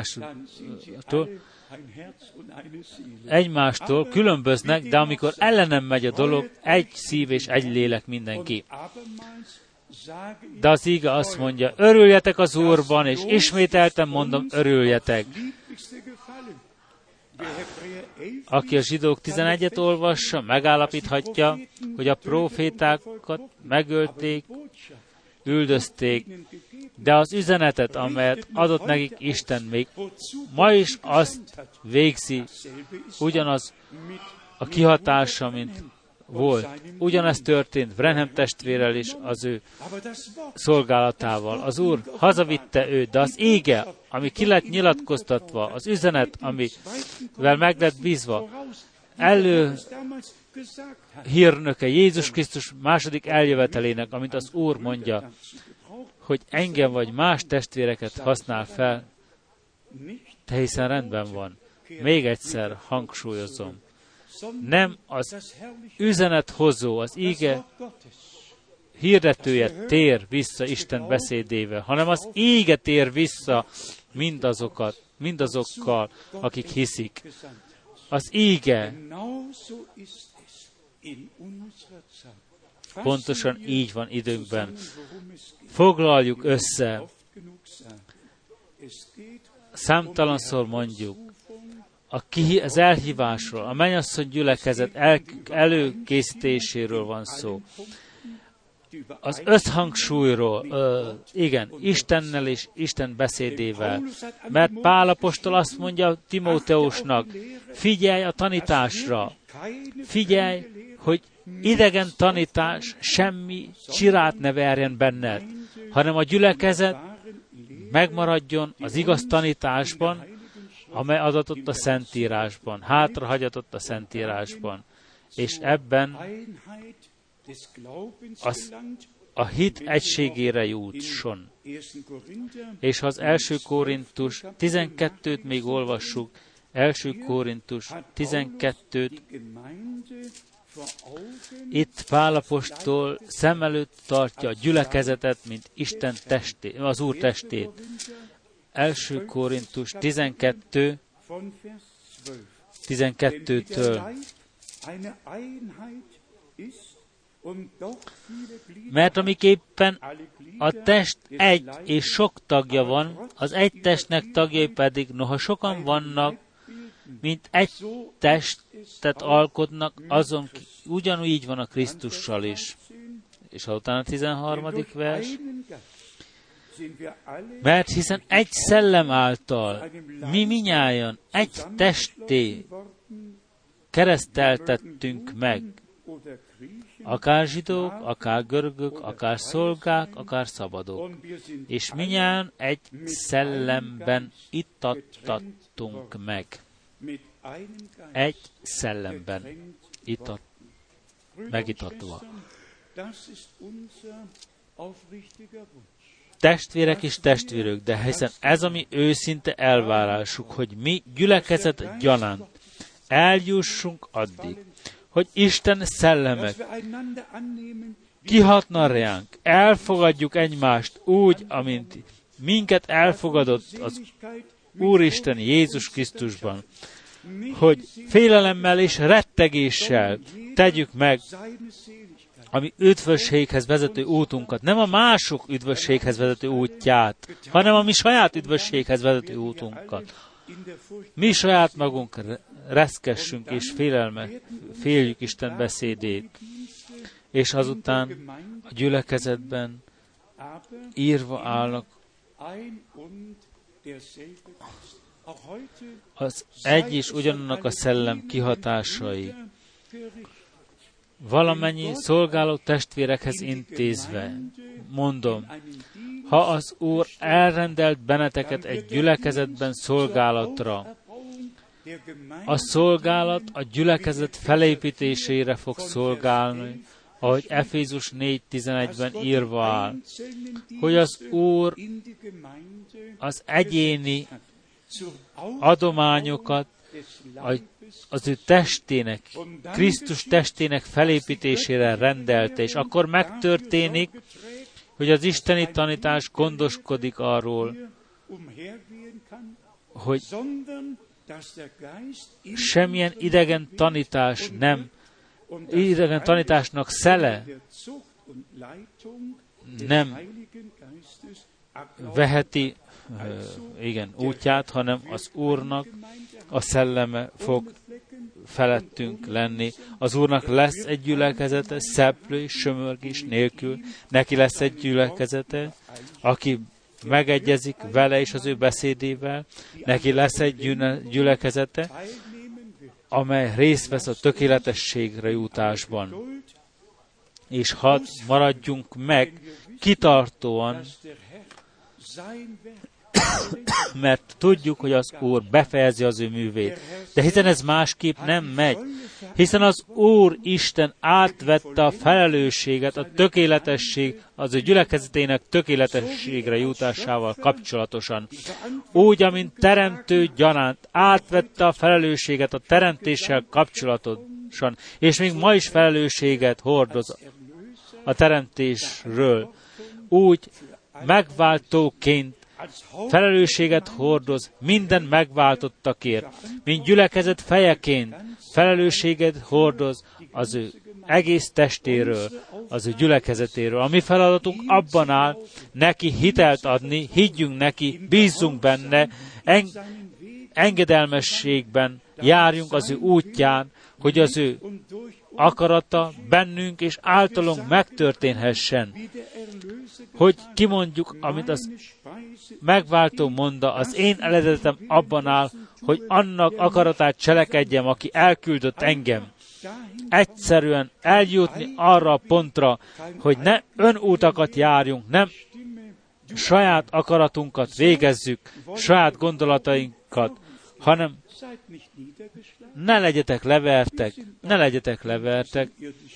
egymástól különböznek, de amikor ellenem megy a dolog, egy szív és egy lélek mindenki. De az íge azt mondja, örüljetek az Úrban, és ismételten mondom, örüljetek. Aki a Zsidók 11-et olvassa, megállapíthatja, hogy a prófétákat megölték, üldözték, de az üzenetet, amelyet adott nekik Isten, még ma is azt végzi, ugyanaz a kihatása, mint volt. Ugyanezt történt Branham testvérrel is az ő szolgálatával. Az Úr hazavitte őt, de az ége, ami ki lett nyilatkoztatva, az üzenet, amivel meg lett bízva, hírnöke Jézus Krisztus második eljövetelének, amit az Úr mondja, hogy engem vagy más testvéreket használ fel, te hiszen rendben van. Még egyszer hangsúlyozom. Nem az üzenethozó, az íge hirdetője tér vissza Isten beszédével, hanem az íge tér vissza mindazokkal, akik hiszik. Az íge pontosan így van időnkben. Foglaljuk össze. Számtalanszor mondjuk, az elhívásról, a mennyasszony gyülekezet előkészítéséről van szó. Az összhangsúlyról, Istennel és Isten beszédével. Mert Pál apostol azt mondja Timóteusnak, figyelj a tanításra, figyelj, hogy idegen tanítás, semmi csirát ne verjen benned, hanem a gyülekezet megmaradjon az igaz tanításban, amely adatott a Szentírásban, hátrahagyatott a Szentírásban, és ebben a hit egységére jutson. És ha az 1. Korintus 12-t még olvassuk, 1. Korintus 12-t, itt Pál apostol szem előtt tartja a gyülekezetet, mint Isten testét, az Úr testét. 1. Korintus 12-től. Mert amiképpen a test egy és sok tagja van, az egy testnek tagjai pedig, noha sokan vannak, mint egy testet alkotnak, azon ugyanúgy van a Krisztussal is. És utána a 13. vers. Mert hiszen egy szellem által mi minnyájan egy testé kereszteltettünk meg, akár zsidók, akár görögök, akár szolgák, akár szabadok, és minnyájan egy szellemben itattattunk meg. Egy szellemben megitatva. Testvérek és testvérök, de hiszen ez a mi őszinte elvárásuk, hogy mi gyülekezet gyanánt eljussunk addig, hogy Isten szellemek kihatna ránk, elfogadjuk egymást úgy, amint minket elfogadott az Úristen Jézus Krisztusban, hogy félelemmel és rettegéssel tegyük meg a mi üdvösséghez vezető útunkat, nem a mások üdvösséghez vezető útját, hanem a mi saját üdvösséghez vezető útunkat. Mi saját magunk reszkessünk és féljük Isten beszédét, és azután a gyülekezetben írva állnak az egy és ugyanannak a szellem kihatásai. Valamennyi szolgáló testvérekhez intézve, mondom, ha az Úr elrendelt benneteket egy gyülekezetben szolgálatra, a szolgálat a gyülekezet felépítésére fog szolgálni, ahogy Efézus 4.11-ben írva áll, hogy az Úr az egyéni adományokat az ő testének, Krisztus testének felépítésére rendelte, és akkor megtörténik, hogy az isteni tanítás gondoskodik arról, hogy semmilyen idegen tanításnak szele nem veheti útját, hanem az Úrnak a szelleme fog felettünk lenni. Az Úrnak lesz egy gyülekezete, szeplő, sömörgés nélkül. Neki lesz egy gyülekezete, aki megegyezik vele és az ő beszédével. Neki lesz egy gyülekezete, amely részt vesz a tökéletességre jutásban. És hadd maradjunk meg kitartóan, mert tudjuk, hogy az Úr befejezi az ő művét. De hiszen ez másképp nem megy. Hiszen az Úr Isten átvette a felelősséget a tökéletesség, az ő gyülekezetének tökéletességre jutásával kapcsolatosan. Úgy, amint teremtő gyanánt átvette a felelősséget a teremtéssel kapcsolatosan, és még ma is felelősséget hordoz a teremtésről. Úgy megváltóként felelősséget hordoz minden megváltottakért, mint gyülekezet fejeként felelősséget hordoz az ő egész testéről, az ő gyülekezetéről. A mi feladatunk abban áll, neki hitelt adni, higgyünk neki, bízzunk benne, engedelmességben járjunk az ő útján, hogy az ő akarata bennünk és általunk megtörténhessen. Hogy kimondjuk, amit az megváltó mondta, az én eredetem abban áll, hogy annak akaratát cselekedjem, aki elküldött engem. Egyszerűen eljutni arra a pontra, hogy ne önútakat járjunk, nem saját akaratunkat végezzük, saját gondolatainkat, hanem ne legyetek levertek,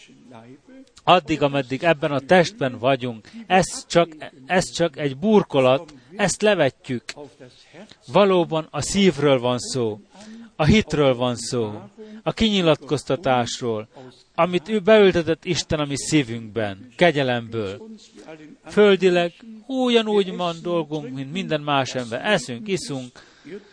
addig, ameddig ebben a testben vagyunk. Ez csak egy burkolat, ezt levetjük. Valóban a szívről van szó, a hitről van szó, a kinyilatkoztatásról, amit ő beültetett Isten a mi szívünkben, kegyelemből. Földileg ugyanúgy van dolgunk, mint minden más ember. Eszünk, iszunk.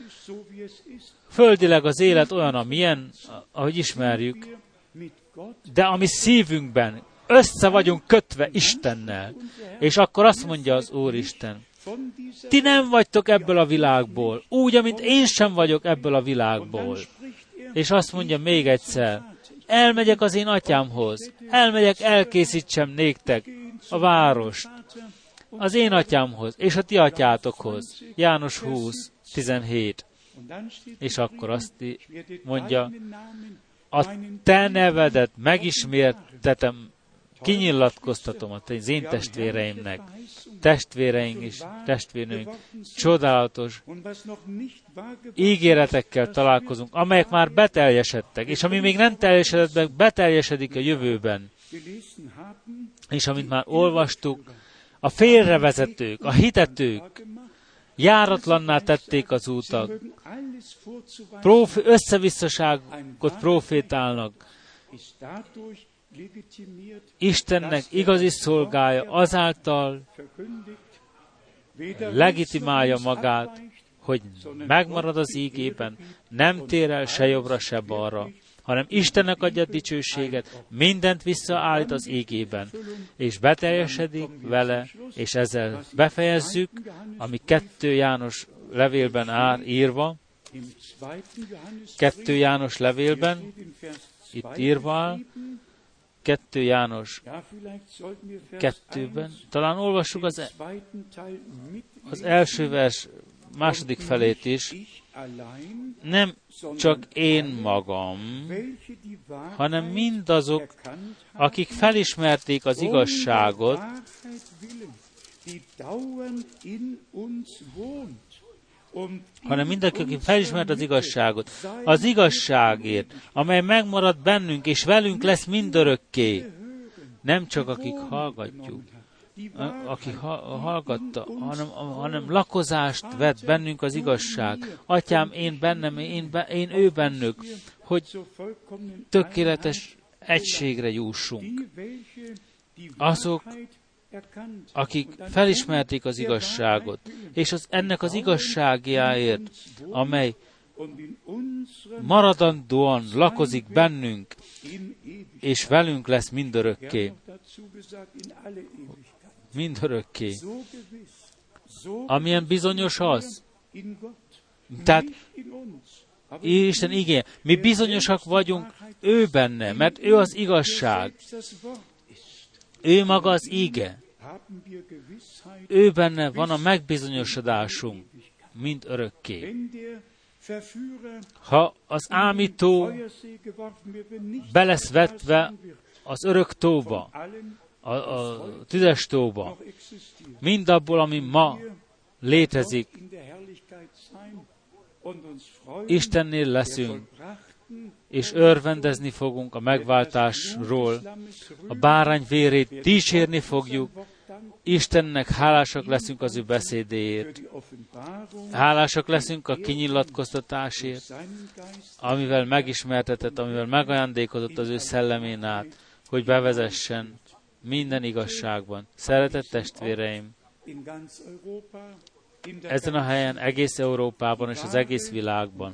Földileg az élet olyan, amilyen, ahogy ismerjük, de a mi szívünkben össze vagyunk kötve Istennel. És akkor azt mondja az Úristen, ti nem vagytok ebből a világból, úgy, amint én sem vagyok ebből a világból. És azt mondja még egyszer, elmegyek az én atyámhoz, elkészítsem néktek a várost, az én atyámhoz, és a ti atyátokhoz. János 20, 17. És akkor azt mondja, a te nevedet megismertetem, kinyilatkoztatom az én testvéreimnek, testvéreink és testvérnőink, csodálatos ígéretekkel találkozunk, amelyek már beteljesedtek, és ami még nem teljesedett meg, beteljesedik a jövőben. És amit már olvastuk, a félrevezetők, a hitetők járatlanná tették az útak, összevisszaságot profétálnak. Istennek igazi szolgája azáltal legitimálja magát, hogy megmarad az ígében, nem tér el se jobbra, se balra, hanem Istennek adja dicsőséget, mindent visszaállít az ígében, és beteljesedik vele, és ezzel befejezzük, ami 2 János levélben áll írva, 2 János levélben, itt írva áll, 2 János 2-ben. Talán olvassuk az első vers második felét is. Nem csak én magam, hanem mindazok, akik felismerték az igazságot, aki felismert az igazságot, az igazságért, amely megmarad bennünk, és velünk lesz mindörökké. Nem csak akik hallgatjuk, aki hallgatta, hanem lakozást vett bennünk az igazság. Atyám, én bennem, én ő bennük, hogy tökéletes egységre jussunk. Azok, akik felismerték az igazságot, és ennek az igazságjáért, amely maradandóan lakozik bennünk, és velünk lesz mindörökké. Mindörökké. Amilyen bizonyos az. Tehát Isten igény, mi bizonyosak vagyunk ő benne, mert ő az igazság. Ő maga az íge. Ő benne van a megbizonyosodásunk, mind örökké. Ha az ámító be lesz vetve az örök tóba, a tüzes tóba, mindabból, ami ma létezik, Istennél leszünk, és örvendezni fogunk a megváltásról. A bárány vérét dicsérni fogjuk, Istennek hálásak leszünk az ő beszédéért. Hálásak leszünk a kinyilatkoztatásért, amivel megismertetett, amivel megajándékozott az ő szellemén át, hogy bevezessen minden igazságban. Szeretett testvéreim, ezen a helyen, egész Európában és az egész világban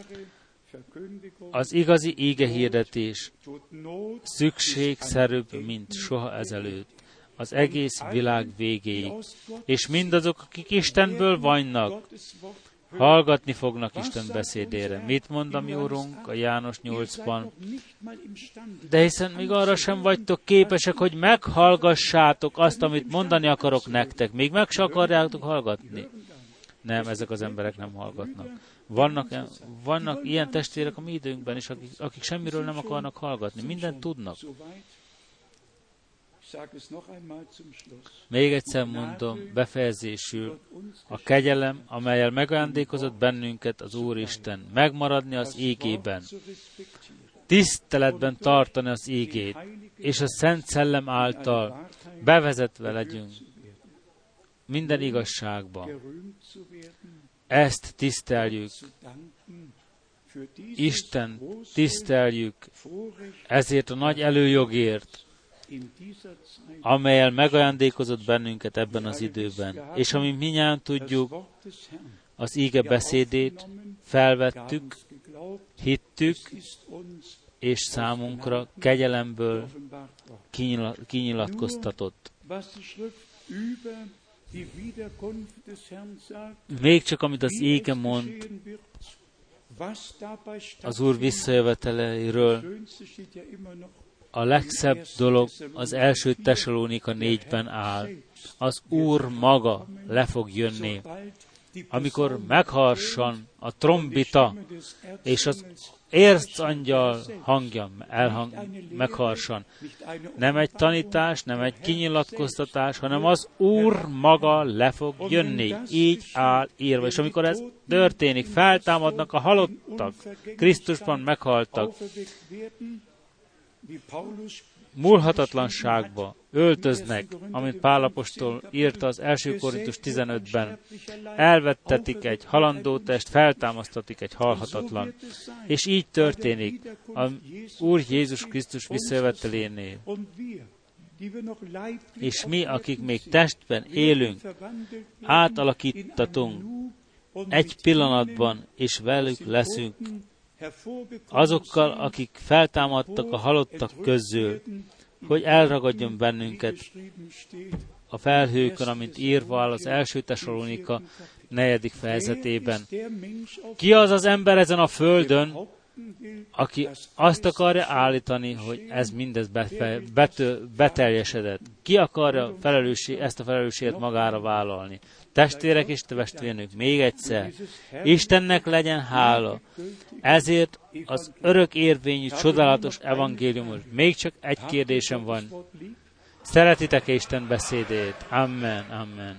az igazi ígehirdetés szükségszerűbb, mint soha ezelőtt, az egész világ végéig. És mindazok, akik Istenből vannak, hallgatni fognak Isten beszédére. Mit mond a mi Urunk a János 8-ban? De hiszen még arra sem vagytok képesek, hogy meghallgassátok azt, amit mondani akarok nektek. Még meg se akarjátok hallgatni. Nem, ezek az emberek nem hallgatnak. Vannak ilyen testvérek a mi időnkben is, akik semmiről nem akarnak hallgatni. Mindent tudnak. Még egyszer mondom, befejezésül, a kegyelem, amellyel megajándékozott bennünket az Úristen, megmaradni az ígében, tiszteletben tartani az ígét, és a Szent Szellem által bevezetve legyünk minden igazságba. Ezt tiszteljük. Isten tiszteljük ezért a nagy előjogért, amellyel megajándékozott bennünket ebben az időben. És amint minnyáján tudjuk, az íge beszédét felvettük, hittük, és számunkra kegyelemből kinyilatkoztatott. Még csak amit az íge mond az Úr visszajöveteleiről, a legszebb dolog az első Tesalónika 4-ben áll. Az Úr maga le fog jönni, amikor megharsan a trombita, és az érzangyal hangja megharsan. Nem egy tanítás, nem egy kinyilatkoztatás, hanem az Úr maga le fog jönni. Így áll írva. És amikor ez történik, feltámadnak a halottak, Krisztusban meghaltak, múlhatatlanságba öltöznek, amint Pál apostol írta az 1. Korintus 15-ben. Elvettetik egy halandó test, feltámasztatik egy halhatatlan. És így történik a Úr Jézus Krisztus visszajövetelénél. És mi, akik még testben élünk, átalakítatunk egy pillanatban, és velük leszünk azokkal, akik feltámadtak a halottak közül, hogy elragadjon bennünket a felhőkön, amint írva áll az 1. Tesalónika 4. fejezetében. Ki az az ember ezen a földön, aki azt akarja állítani, hogy ez mindez beteljesedett? Ki akarja ezt a felelősséget magára vállalni? Testvérek és testvérnők, még egyszer, Istennek legyen hála. Ezért az örök érvényű, csodálatos evangéliumos. Még csak egy kérdésem van. Szeretitek-e Isten beszédét? Amen, amen.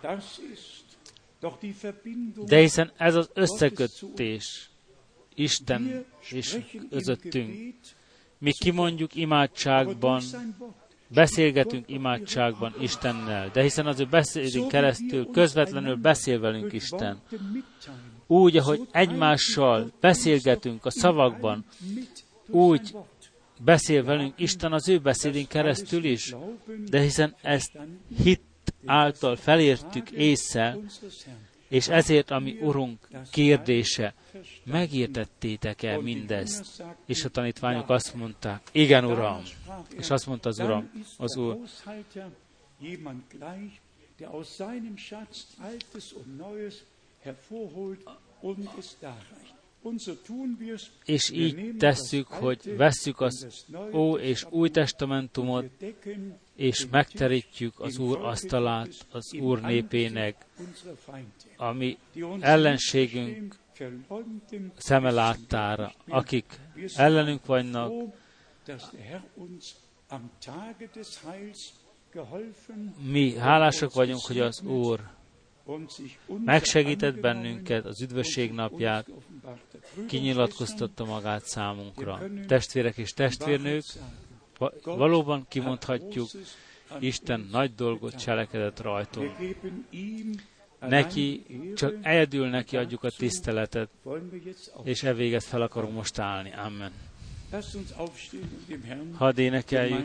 De hiszen ez az összeköttés Isten és közöttünk. Mi kimondjuk imádságban, beszélgetünk imádságban Istennel, de hiszen az ő beszédünk keresztül közvetlenül beszél velünk Isten. Úgy, ahogy egymással beszélgetünk a szavakban, úgy beszél velünk Isten az ő beszédünk keresztül is, de hiszen ezt hit által felértük ésszel, és ezért a mi Urunk kérdése, megértettétek-e mindezt? És a tanítványok azt mondták, igen, Uram. És azt mondta az Úr, és így tesszük, hogy vesszük az Ó és Új Testamentumot, és megterítjük az Úr asztalát az Úr népének, ami ellenségünk szeme láttára, akik ellenünk vannak, mi hálásak vagyunk, hogy az Úr megsegített bennünket az üdvösség napját, kinyilatkoztatta magát számunkra. Testvérek és testvérnők, valóban kimondhatjuk, Isten nagy dolgot cselekedett rajtunk. Neki, csak egyedül neki adjuk a tiszteletet, és véget fel akarunk most állni. Amen. Hadd énekeljük.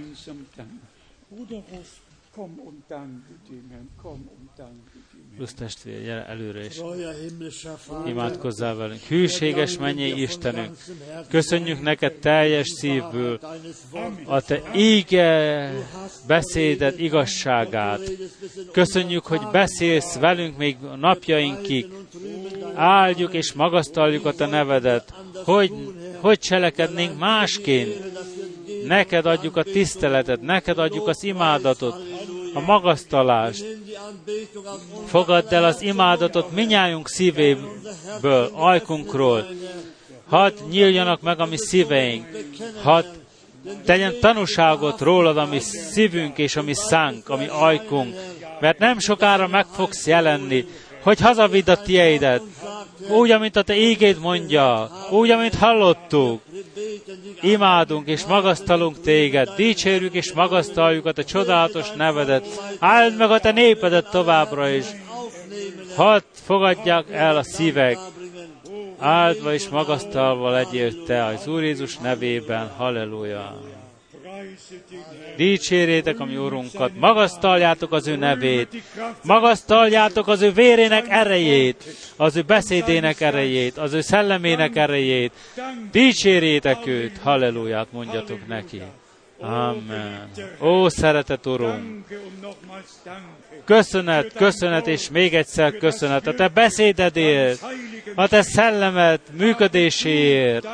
Plusz testvér, gyere előre is. Imádkozzál velünk. Hűséges mennyei Istenünk, köszönjük neked teljes szívből a te íge beszéded igazságát. Köszönjük, hogy beszélsz velünk még napjainkig. Áldjuk és magasztaljuk a te nevedet, hogy cselekednénk másként. Neked adjuk a tiszteletet, neked adjuk az imádatot, a magasztalást. Fogadd el az imádatot minnyájunk szívéből, ajkunkról. Hadd nyíljanak meg a mi szíveink. Hadd tegyen tanúságot rólad a mi szívünk és a mi szánk, a mi ajkunk. Mert nem sokára meg fogsz jelenni, hogy hazavidd a tiédet. Úgy, amint a te ígéd mondja, úgy, amint hallottuk. Imádunk és magasztalunk téged, dicsérjük és magasztaljuk a te csodálatos nevedet. Áld meg a te népedet továbbra is. Hadd fogadják el a szívek. Áldva és magasztalva legyél te az Úr Jézus nevében. Halleluja! Dicsérjétek a mi Urunkat, magasztaljátok az ő nevét, magasztaljátok az ő vérének erejét, az ő beszédének erejét, az ő szellemének erejét. Dicsérjétek őt, halleluját mondjatok neki. Amen. Ó, szeretett Urunk! Köszönet, köszönet, és még egyszer köszönet a te beszédedért, a te szellemed működéséért.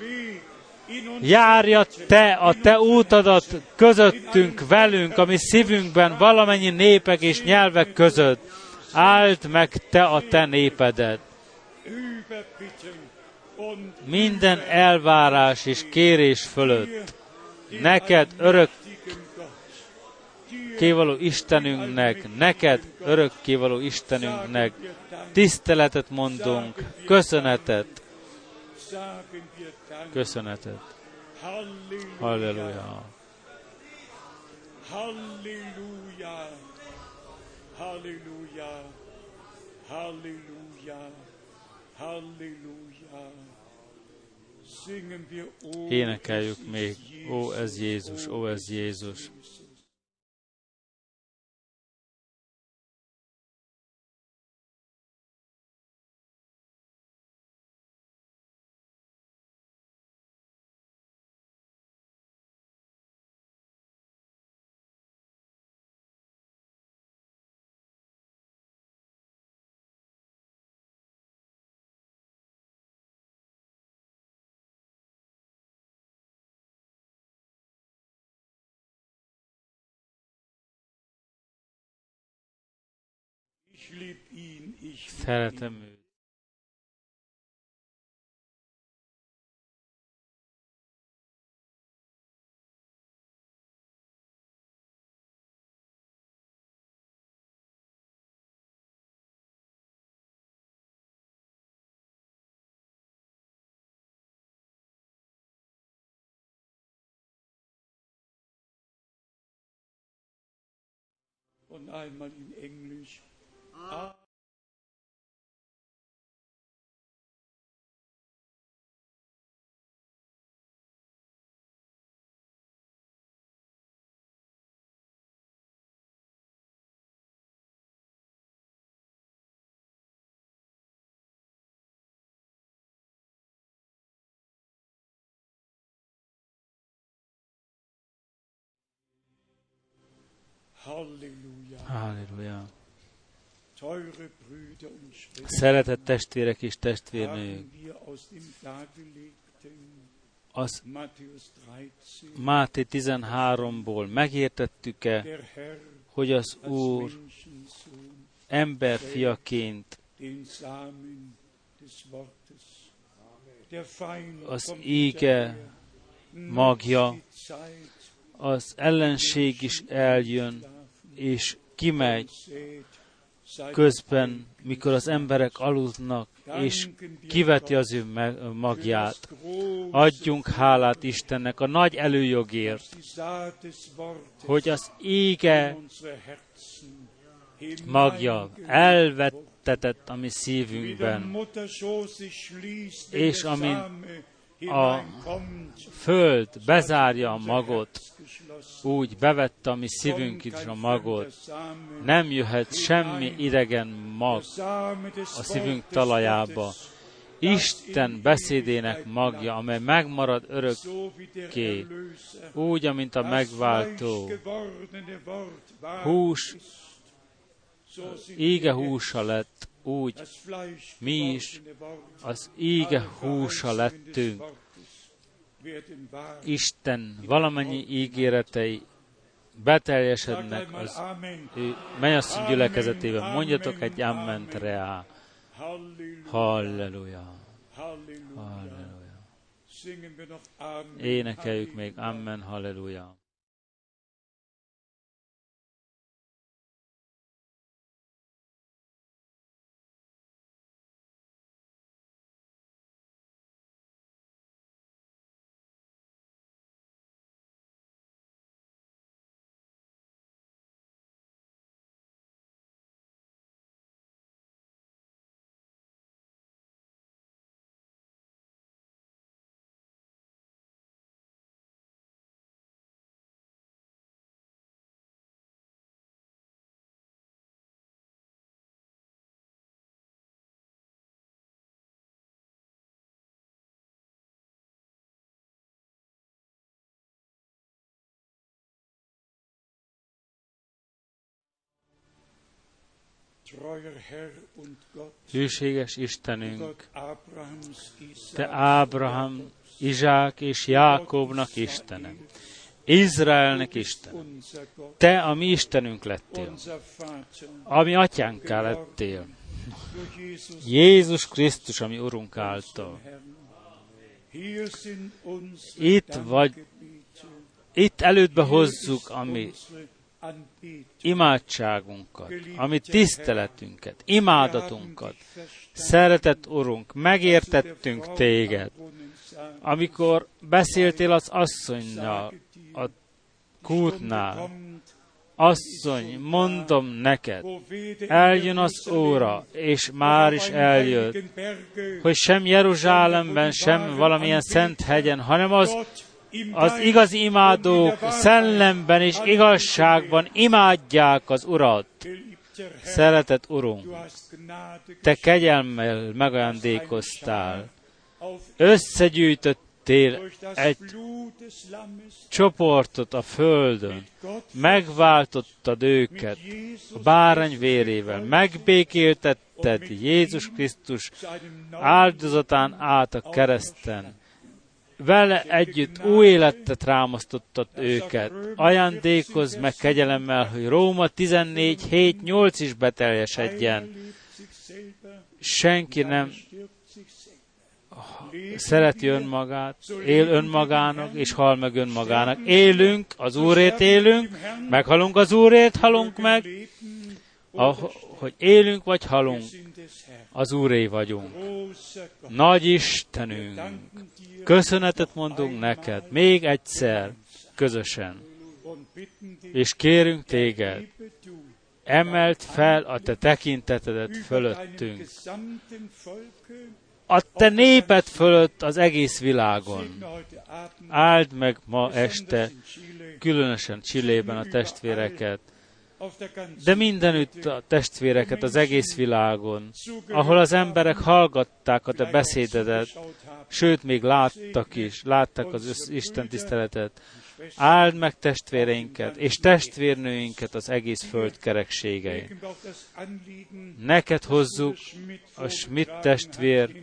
Járja te a te útadat közöttünk, velünk, a mi szívünkben, valamennyi népek és nyelvek között. Áld meg te a te népedet. Minden elvárás és kérés fölött. Neked örökkévaló Istenünknek, neked örökkévaló Istenünknek tiszteletet mondunk, köszönetet. Köszönetet. Halleluja. Halleluja. Halleluja. Halleluja. Halleluja. Énekeljük még. Ó, ez Jézus, ó, ez Jézus. Szeretem őt. Und einmal in Englisch. Halleluja. Halleluja. Teure Brüder und Schwestern, Szeretett testvérek és testvérnők, az Máté 13-ból megértettük-e, hogy az Úr emberfiaként az íge magja, az ellenség is eljön, és kimegy, közben, mikor az emberek aludnak, és kiveti az ő magját. Adjunk hálát Istennek a nagy előjogért, hogy az ége magja elvettetett a mi szívünkben, és amin a föld bezárja a magot, úgy bevette a mi szívünk is a magot. Nem jöhet semmi idegen mag a szívünk talajába. Isten beszédének magja, amely megmarad örökké, úgy, amint a megváltó hús, íge húsa lett, úgy mi is az íge húsa lettünk. Isten valamennyi ígéretei beteljesednek az ő mennyasszony gyülekezetében. Mondjatok egy amment rá. Halleluja. Halleluja. Énekeljük még amen, halleluja. Hűséges Istenünk, Te Ábrahám, Izsák és Jákobnak Istene, Izraelnek Istene. Te a mi Istenünk lettél, a mi atyánká lettél, Jézus Krisztus, a mi Urunk által. Itt elődbe hozzuk a mi imádságunkat, a mi tiszteletünket, imádatunkat. Szeretett Urunk, megértettünk Téged. Amikor beszéltél az asszonynal a kútnál, asszony, mondom neked, eljön az óra, és már is eljött, hogy sem Jeruzsálemben, sem valamilyen szent hegyen, hanem az igazi imádók szellemben és igazságban imádják az Urat. Szeretett Urunk, Te kegyelmmel megajándékoztál, összegyűjtöttél egy csoportot a földön, megváltottad őket a bárány vérével, megbékéltetted Jézus Krisztus áldozatán át a kereszten, vele együtt új életet rámasztottad őket. Ajándékozz meg kegyelemmel, hogy Róma 14:7-8 is beteljesedjen. Senki nem szereti önmagát, él önmagának, és hal meg önmagának. Élünk, az Úrért élünk, meghalunk az Úrért, halunk meg. Hogy élünk vagy halunk, az Úré vagyunk. Nagy Istenünk, köszönetet mondunk neked, még egyszer, közösen. És kérünk téged, emeld fel a te tekintetedet fölöttünk. A te néped fölött az egész világon. Áld meg ma este, különösen Chilében a testvéreket, de mindenütt a testvéreket az egész világon, ahol az emberek hallgatták a te beszédedet, sőt, még látták az Isten tiszteletet. Áld meg testvéreinket és testvérnőinket az egész föld kerekségein. Neked hozzuk a Schmidt testvér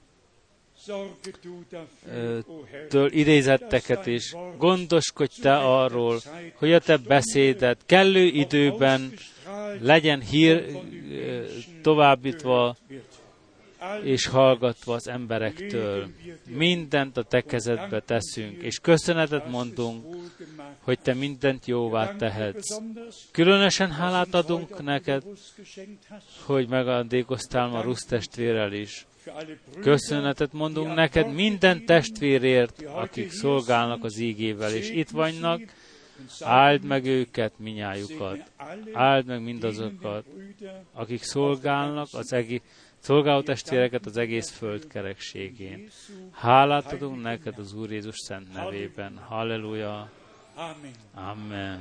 től idézetteket is. Gondoskodj te arról, hogy a te beszéded kellő időben legyen továbbítva, és hallgatva az emberektől. Mindent a te kezedbe teszünk, és köszönetet mondunk, hogy te mindent jóvá tehetsz. Különösen hálát adunk neked, hogy megajándékoztál ma Rusz testvérrel is. Köszönetet mondunk neked minden testvérért, akik szolgálnak az ígével, és itt vannak. Áld meg őket, minnyájukat. Áld meg mindazokat, akik szolgálnak szolgáló testvéreket az egész föld kerekségén. Hálát adunk neked az Úr Jézus szent nevében. Halleluja. Amen.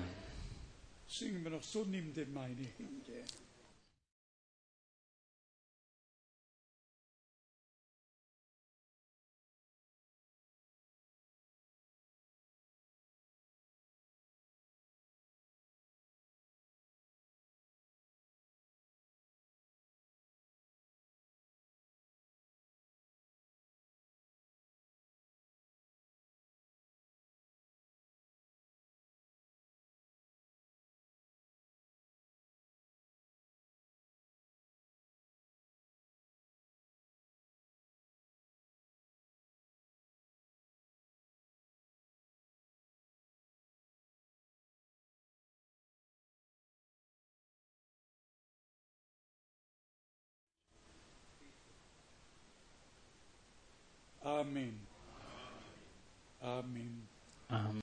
Amen. Amen. Amen.